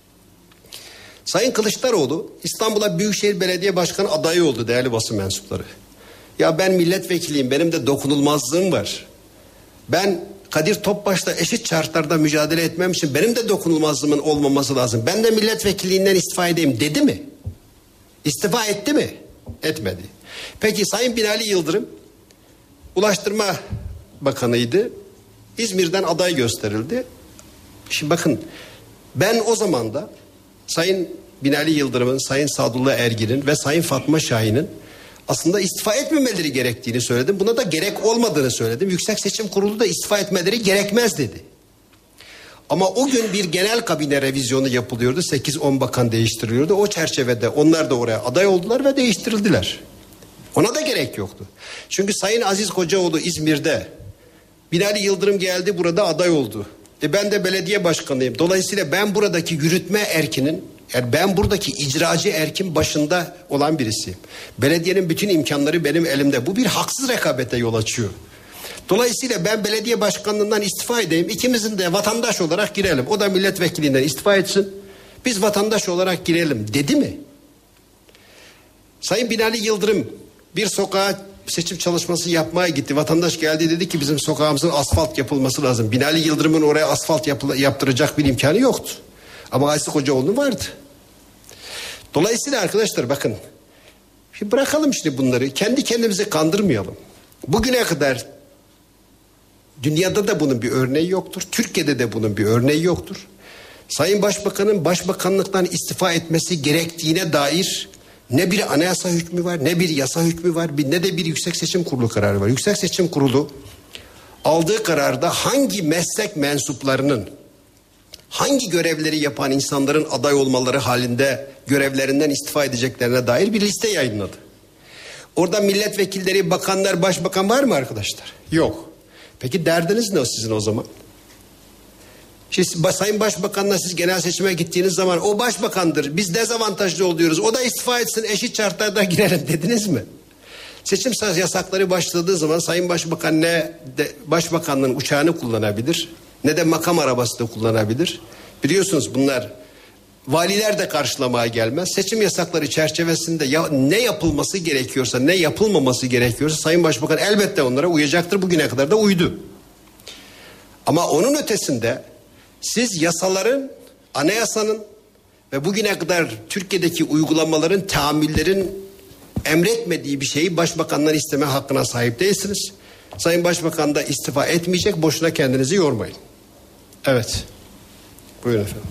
Sayın Kılıçdaroğlu İstanbul'a Büyükşehir Belediye Başkanı adayı oldu değerli basın mensupları. Ya ben milletvekiliyim, benim de dokunulmazlığım var. Ben Kadir Topbaş'la eşit şartlarda mücadele etmem için benim de dokunulmazlığımın olmaması lazım. Ben de milletvekilliğinden istifa edeyim dedi mi? İstifa etti mi? Etmedi. Peki Sayın Binali Yıldırım Ulaştırma Bakanıydı. İzmir'den aday gösterildi. Şimdi bakın ben o zaman da Sayın Binali Yıldırım'ın, Sayın Sadullah Ergin'in ve Sayın Fatma Şahin'in aslında istifa etmemeleri gerektiğini söyledim. Buna da gerek olmadığını söyledim. Yüksek Seçim Kurulu da istifa etmeleri gerekmez dedi. Ama o gün bir genel kabine revizyonu yapılıyordu. 8-10 bakan değiştiriliyordu. O çerçevede onlar da oraya aday oldular ve değiştirildiler. Ona da gerek yoktu. Çünkü Sayın Aziz Kocaoğlu İzmir'de, Binali Yıldırım geldi burada aday oldu. Ben de belediye başkanıyım. Dolayısıyla ben buradaki yürütme erkinin, yani ben buradaki icracı erkin başında olan birisiyim. Belediyenin bütün imkanları benim elimde. Bu bir haksız rekabete yol açıyor. Dolayısıyla ben belediye başkanlığından istifa edeyim. İkimizin de vatandaş olarak girelim. O da milletvekilinden istifa etsin. Biz vatandaş olarak girelim dedi mi? Sayın Binali Yıldırım bir sokağa seçim çalışması yapmaya gitti. Vatandaş geldi dedi ki bizim sokağımızın asfalt yapılması lazım. Binali Yıldırım'ın oraya asfalt yaptıracak bir imkanı yoktu. Ama Aziz Kocaoğlu'nun vardı. Dolayısıyla arkadaşlar bakın. Şimdi bırakalım işte bunları. Kendi kendimizi kandırmayalım. Bugüne kadar dünyada da bunun bir örneği yoktur. Türkiye'de de bunun bir örneği yoktur. Sayın Başbakan'ın başbakanlıktan istifa etmesi gerektiğine dair ne bir anayasa hükmü var, ne bir yasa hükmü var, ne de bir Yüksek Seçim Kurulu kararı var. Yüksek Seçim Kurulu aldığı kararda hangi meslek mensuplarının, hangi görevleri yapan insanların aday olmaları halinde görevlerinden istifa edeceklerine dair bir liste yayınladı. Orada milletvekilleri, bakanlar, başbakan var mı arkadaşlar? Yok. Peki derdiniz ne sizin o zaman? Şimdi Sayın Başbakan'la siz genel seçime gittiğiniz zaman o başbakandır, biz dezavantajlı oluyoruz, o da istifa etsin, eşit şartlarda girelim dediniz mi? Seçim yasakları başladığı zaman Sayın Başbakan ne de başbakanlığın uçağını kullanabilir, ne de makam arabası da kullanabilir. Biliyorsunuz bunlar valiler de karşılamaya gelmez. Seçim yasakları çerçevesinde ne yapılması gerekiyorsa, ne yapılmaması gerekiyorsa Sayın Başbakan elbette onlara uyacaktır. Bugüne kadar da uydu. Ama onun ötesinde siz yasaların, anayasanın ve bugüne kadar Türkiye'deki uygulamaların, tahammüllerin emretmediği bir şeyi başbakandan isteme hakkına sahip değilsiniz. Sayın Başbakan da istifa etmeyecek, boşuna kendinizi yormayın. Evet. Buyurun efendim.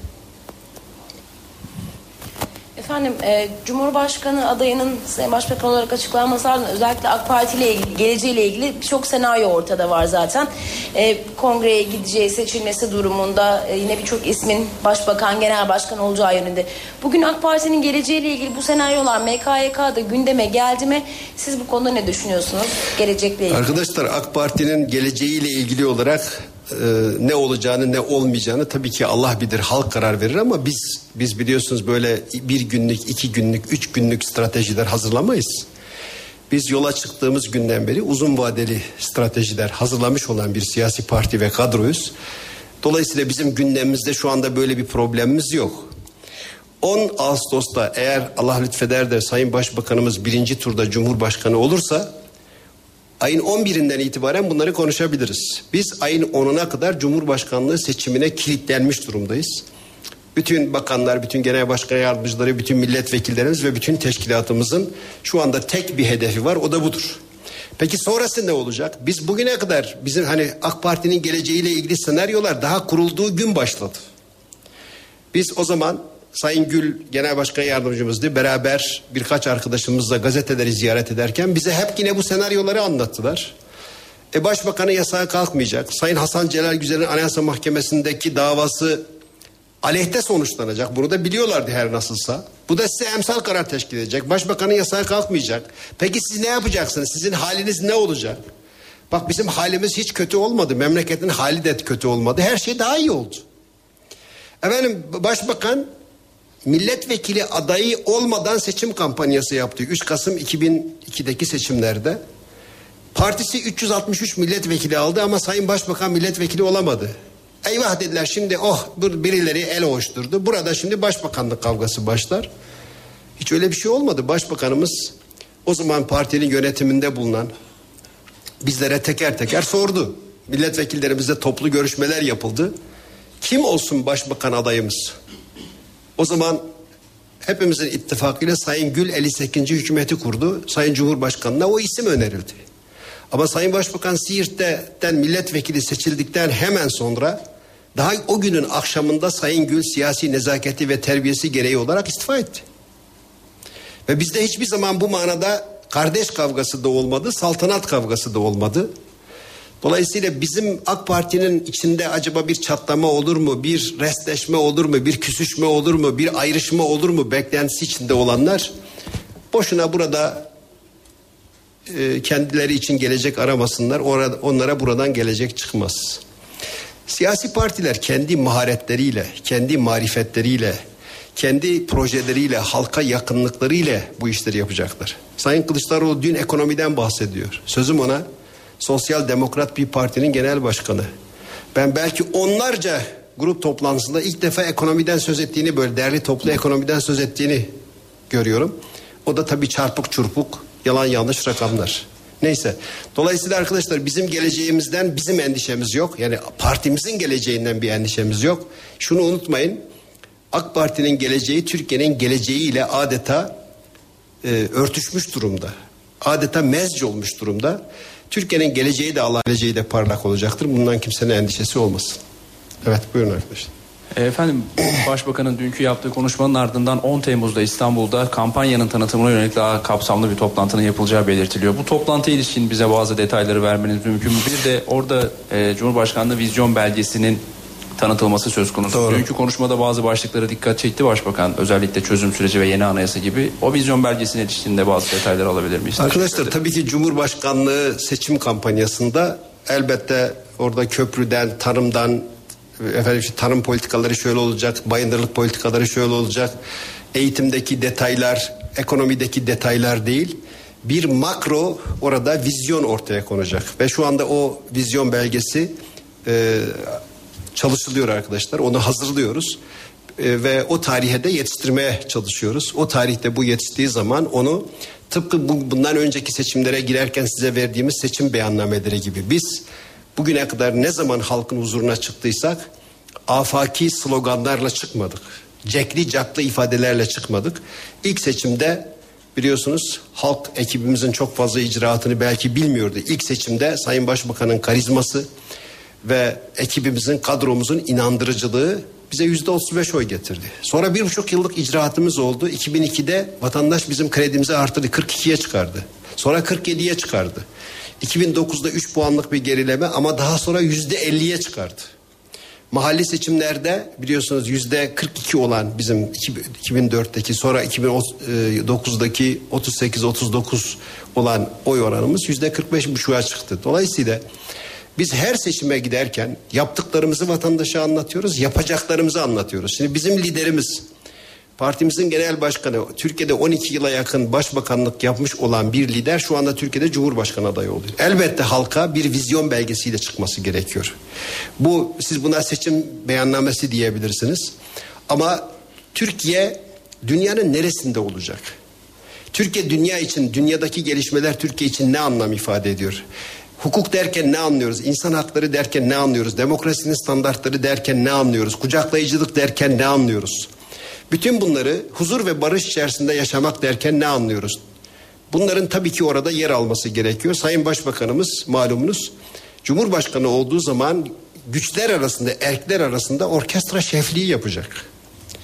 Efendim, Cumhurbaşkanı adayının Sayın Başbakan olarak açıklanması ardından özellikle AK Parti ile ilgili, geleceğiyle ilgili birçok senaryo ortada var zaten. Kongreye gideceği, seçilmesi durumunda yine birçok ismin başbakan, genel başkan olacağı yönünde. Bugün AK Parti'nin geleceğiyle ilgili bu senaryolar MKYK'da gündeme geldi mi? Siz bu konuda ne düşünüyorsunuz? Gelecekle ilgili. Arkadaşlar AK Parti'nin geleceğiyle ilgili olarak ne olacağını ne olmayacağını tabii ki Allah bilir, halk karar verir ama biz biliyorsunuz böyle bir günlük, 2 günlük, 3 günlük stratejiler hazırlamayız. Biz yola çıktığımız günden beri uzun vadeli stratejiler hazırlamış olan bir siyasi parti ve kadroyuz. Dolayısıyla bizim gündemimizde şu anda böyle bir problemimiz yok. 10 Ağustos'ta eğer Allah lütfeder de Sayın Başbakanımız 1. turda Cumhurbaşkanı olursa ayın 11'inden itibaren bunları konuşabiliriz. Biz ayın 10'una kadar Cumhurbaşkanlığı seçimine kilitlenmiş durumdayız. Bütün bakanlar, bütün genel başkan yardımcıları, bütün milletvekillerimiz ve bütün teşkilatımızın şu anda tek bir hedefi var, o da budur. Peki sonrası ne olacak? Biz bugüne kadar bizim AK Parti'nin geleceğiyle ilgili senaryolar daha kurulduğu gün başladı. Biz o zaman Sayın Gül Genel Başkan Yardımcımızdı. Beraber birkaç arkadaşımızla gazeteleri ziyaret ederken bize hep yine bu senaryoları anlattılar. Başbakanın yasağı kalkmayacak. Sayın Hasan Celal Güzel'in Anayasa Mahkemesi'ndeki davası aleyhte sonuçlanacak. Bunu da biliyorlardı her nasılsa. Bu da size emsal karar teşkil edecek. Başbakanın yasağı kalkmayacak. Peki siz ne yapacaksınız? Sizin haliniz ne olacak? Bak bizim halimiz hiç kötü olmadı. Memleketin hali de kötü olmadı. Her şey daha iyi oldu. Efendim başbakan milletvekili adayı olmadan seçim kampanyası yaptı. 3 Kasım 2002'deki seçimlerde. Partisi 363 milletvekili aldı ama Sayın Başbakan milletvekili olamadı. Eyvah dediler, şimdi birileri el hoşturdu. Burada şimdi başbakanlık kavgası başlar. Hiç öyle bir şey olmadı. Başbakanımız o zaman partinin yönetiminde bulunan bizlere teker teker sordu. Milletvekillerimizle toplu görüşmeler yapıldı. Kim olsun başbakan adayımız? O zaman hepimizin ittifakıyla Sayın Gül 58. hükümeti kurdu. Sayın Cumhurbaşkanı'na o isim önerildi. Ama Sayın Başbakan Siirt'ten milletvekili seçildikten hemen sonra daha o günün akşamında Sayın Gül siyasi nezaketi ve terbiyesi gereği olarak istifa etti. Ve bizde hiçbir zaman bu manada kardeş kavgası da olmadı, saltanat kavgası da olmadı. Dolayısıyla bizim AK Parti'nin içinde acaba bir çatlama olur mu, bir restleşme olur mu, bir küsüşme olur mu, bir ayrışma olur mu beklentisi içinde olanlar boşuna burada kendileri için gelecek aramasınlar. Onlara buradan gelecek çıkmaz. Siyasi partiler kendi maharetleriyle, kendi marifetleriyle, kendi projeleriyle, halka yakınlıklarıyla bu işleri yapacaklar. Sayın Kılıçdaroğlu dün ekonomiden bahsediyor. Sözüm ona, Sosyal Demokrat bir partinin genel başkanı. Ben belki onlarca grup toplantısında ilk defa ekonomiden söz ettiğini, böyle derli toplu ekonomiden söz ettiğini görüyorum. O da tabii çarpık çurpuk, yalan yanlış rakamlar. Neyse. Dolayısıyla arkadaşlar bizim geleceğimizden bizim endişemiz yok. Yani partimizin geleceğinden bir endişemiz yok. Şunu unutmayın. AK Parti'nin geleceği Türkiye'nin geleceğiyle adeta örtüşmüş durumda. Adeta mezc olmuş durumda. Türkiye'nin geleceği de Allah'ın geleceği de parlak olacaktır. Bundan kimsenin endişesi olmasın. Evet buyurun arkadaşlar. Efendim Başbakan'ın dünkü yaptığı konuşmanın ardından 10 Temmuz'da İstanbul'da kampanyanın tanıtımına yönelik daha kapsamlı bir toplantının yapılacağı belirtiliyor. Bu toplantıya ilişkin bize bazı detayları vermeniz mümkün mü? Bir de orada Cumhurbaşkanlığı vizyon belgesinin tanıtılması söz konusu. Doğru. Dünkü konuşmada bazı başlıklara dikkat çekti Başbakan. Özellikle çözüm süreci ve yeni anayasa gibi. O vizyon belgesine ilişkinde bazı detaylar alabilir miyiz? Arkadaşlar tabii ki Cumhurbaşkanlığı seçim kampanyasında elbette orada köprüden, tarımdan, tarım politikaları şöyle olacak, bayındırlık politikaları şöyle olacak, eğitimdeki detaylar, ekonomideki detaylar değil, bir makro orada vizyon ortaya konacak. Ve şu anda o vizyon belgesi çalışılıyor arkadaşlar. Onu hazırlıyoruz ve o tarihe de yetiştirmeye çalışıyoruz. O tarihte bu yetiştiği zaman onu tıpkı bundan önceki seçimlere girerken size verdiğimiz seçim beyannameleri gibi biz bugüne kadar ne zaman halkın huzuruna çıktıysak afaki sloganlarla çıkmadık. Cekli caklı ifadelerle çıkmadık. İlk seçimde biliyorsunuz halk ekibimizin çok fazla icraatını belki bilmiyordu. İlk seçimde Sayın Başbakan'ın karizması ve ekibimizin, kadromuzun inandırıcılığı bize %35 oy getirdi. Sonra 1,5 yıllık icraatımız oldu. 2002'de vatandaş bizim kredimizi artırdı. 42'ye çıkardı. Sonra 47'ye çıkardı. 2009'da 3 puanlık bir gerileme ama daha sonra %50'ye çıkardı. Mahalli seçimlerde biliyorsunuz %42 olan bizim 2004'teki sonra 2009'daki 38-39 olan oy oranımız %45,5'a çıktı. Dolayısıyla biz her seçime giderken yaptıklarımızı vatandaşa anlatıyoruz, yapacaklarımızı anlatıyoruz. Şimdi bizim liderimiz, partimizin genel başkanı, Türkiye'de 12 yıla yakın başbakanlık yapmış olan bir lider şu anda Türkiye'de Cumhurbaşkanı adayı oluyor. Elbette halka bir vizyon belgesiyle çıkması gerekiyor. Siz buna seçim beyannamesi diyebilirsiniz. Ama Türkiye dünyanın neresinde olacak? Türkiye dünya için, dünyadaki gelişmeler Türkiye için ne anlam ifade ediyor? Hukuk derken ne anlıyoruz? İnsan hakları derken ne anlıyoruz? Demokrasinin standartları derken ne anlıyoruz? Kucaklayıcılık derken ne anlıyoruz? Bütün bunları huzur ve barış içerisinde yaşamak derken ne anlıyoruz? Bunların tabii ki orada yer alması gerekiyor. Sayın Başbakanımız malumunuz Cumhurbaşkanı olduğu zaman güçler arasında, erkler arasında orkestra şefliği yapacak.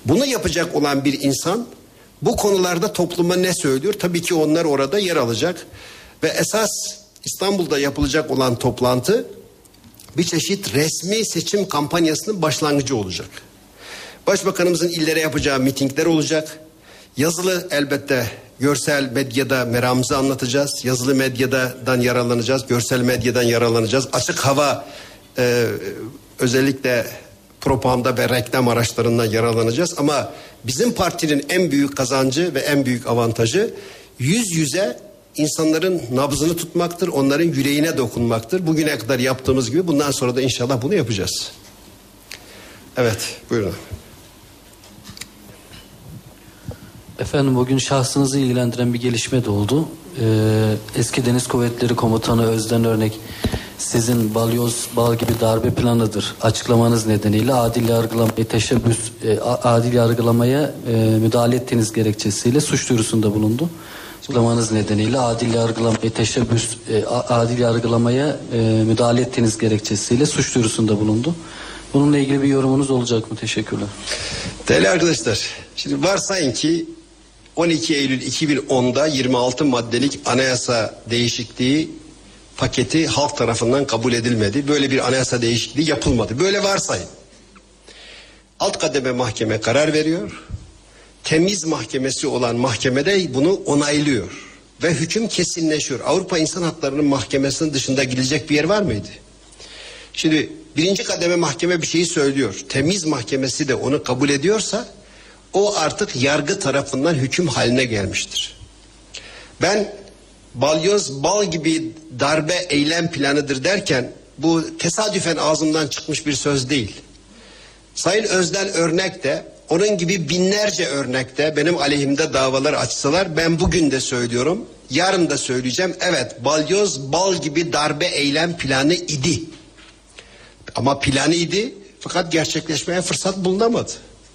Bunu yapacak olan bir insan bu konularda topluma ne söylüyor? Tabii ki onlar orada yer alacak. Ve esas İstanbul'da yapılacak olan toplantı bir çeşit resmi seçim kampanyasının başlangıcı olacak. Başbakanımızın illere yapacağı mitingler olacak. Yazılı elbette görsel medyada meramımızı anlatacağız. Yazılı medyadan yararlanacağız. Görsel medyadan yararlanacağız. Açık hava özellikle propaganda ve reklam araçlarından yararlanacağız. Ama bizim partinin en büyük kazancı ve en büyük avantajı yüz yüze insanların nabzını tutmaktır. Onların yüreğine dokunmaktır. Bugüne kadar yaptığımız gibi bundan sonra da inşallah bunu yapacağız. Evet, buyurun. Efendim bugün şahsınızı ilgilendiren bir gelişme de oldu. Eski Deniz Kuvvetleri Komutanı Özden Örnek sizin balyoz bal gibi darbe planıdır açıklamanız nedeniyle adil yargılamaya müdahale ettiğiniz gerekçesiyle suç duyurusunda bulundu. Açıklamanız nedeniyle adil yargılamaya müdahale ettiğiniz gerekçesiyle suç duyurusunda bulundu. Bununla ilgili bir yorumunuz olacak mı? Teşekkürler. Değerli arkadaşlar, şimdi varsayın ki 12 Eylül 2010'da 26 maddelik anayasa değişikliği paketi halk tarafından kabul edilmedi. Böyle bir anayasa değişikliği yapılmadı. Böyle varsayın. Alt kademe mahkeme karar veriyor. Temiz mahkemesi olan mahkemede bunu onaylıyor. Ve hüküm kesinleşiyor. Avrupa İnsan Hakları'nın mahkemesinin dışında gidecek bir yer var mıydı? Şimdi birinci kademe mahkeme bir şeyi söylüyor. Temiz mahkemesi de onu kabul ediyorsa o artık yargı tarafından hüküm haline gelmiştir. Ben balyoz bal gibi darbe eylem planıdır derken bu tesadüfen ağzımdan çıkmış bir söz değil. Sayın Özden Örnek de onun gibi binlerce örnekte benim aleyhimde davalar açsalar ben bugün de söylüyorum, yarın da söyleyeceğim. Evet, balyoz bal gibi darbe eylem planı idi. Ama planı idi fakat gerçekleşmeye fırsat bulunamadı.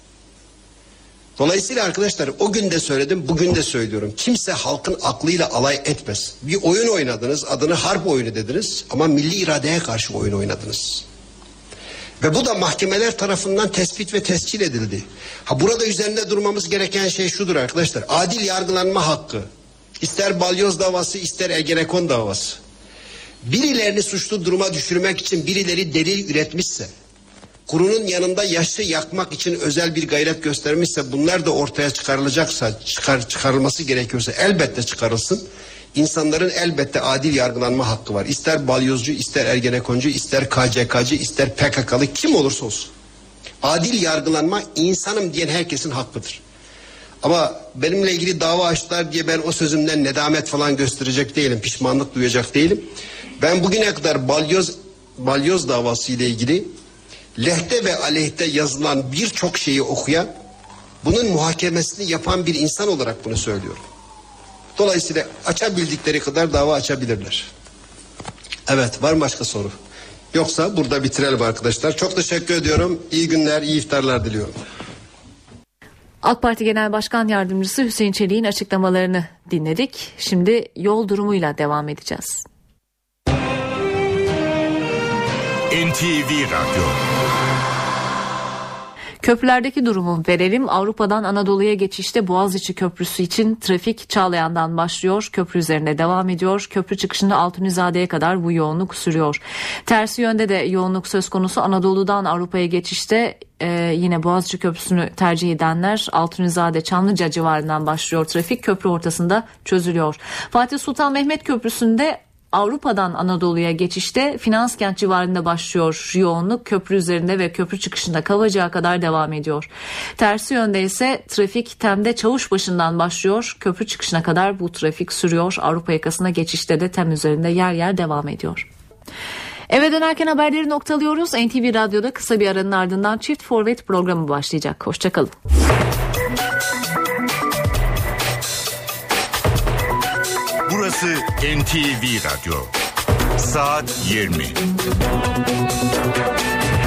Dolayısıyla arkadaşlar o gün de söyledim, bugün de söylüyorum. Kimse halkın aklıyla alay etmez. Bir oyun oynadınız, adını harp oyunu dediniz ama milli iradeye karşı oyun oynadınız. Ve bu da mahkemeler tarafından tespit ve tescil edildi. Burada üzerinde durmamız gereken şey şudur arkadaşlar. Adil yargılanma hakkı. İster balyoz davası, ister Ergenekon davası. Birilerini suçlu duruma düşürmek için birileri delil üretmişse, kurunun yanında yaşı yakmak için özel bir gayret göstermişse, bunlar da ortaya çıkarılacaksa, çıkarılması gerekiyorsa elbette çıkarılsın. İnsanların elbette adil yargılanma hakkı var. İster balyozcu, ister Ergenekoncu, ister KCK'cı, ister PKK'lı kim olursa olsun. Adil yargılanma insanım diyen herkesin hakkıdır. Ama benimle ilgili dava açtılar diye ben o sözümden nedamet falan gösterecek değilim. Pişmanlık duyacak değilim. Ben bugüne kadar balyoz davası ile ilgili lehte ve aleyhte yazılan birçok şeyi okuyan, bunun muhakemesini yapan bir insan olarak bunu söylüyorum. Dolayısıyla açabildikleri kadar dava açabilirler. Evet, var mı başka soru? Yoksa burada bitirelim arkadaşlar. Çok teşekkür ediyorum. İyi günler, iyi iftarlar diliyorum. AK Parti Genel Başkan Yardımcısı Hüseyin Çelik'in açıklamalarını dinledik. Şimdi yol durumuyla devam edeceğiz. NTV Radyo. Köprülerdeki durumu verelim. Avrupa'dan Anadolu'ya geçişte Boğaziçi Köprüsü için trafik Çağlayan'dan başlıyor. Köprü üzerine devam ediyor. Köprü çıkışında Altunizade'ye kadar bu yoğunluk sürüyor. Tersi yönde de yoğunluk söz konusu. Anadolu'dan Avrupa'ya geçişte yine Boğaziçi Köprüsü'nü tercih edenler Altunizade Çamlıca civarından başlıyor. Trafik köprü ortasında çözülüyor. Fatih Sultan Mehmet Köprüsü'nde Avrupa'dan Anadolu'ya geçişte Finanskent civarında başlıyor yoğunluk. Köprü üzerinde ve köprü çıkışında Kavacık'a kadar devam ediyor. Tersi yönde ise trafik Tem'de Çavuşbaşı'ndan başlıyor. Köprü çıkışına kadar bu trafik sürüyor. Avrupa yakasına geçişte de Tem üzerinde yer yer devam ediyor. Eve dönerken haberleri noktalıyoruz. NTV Radyo'da kısa bir aranın ardından Çift Forvet programı başlayacak. Hoşçakalın. Burası NTV Radyo. Saat 20.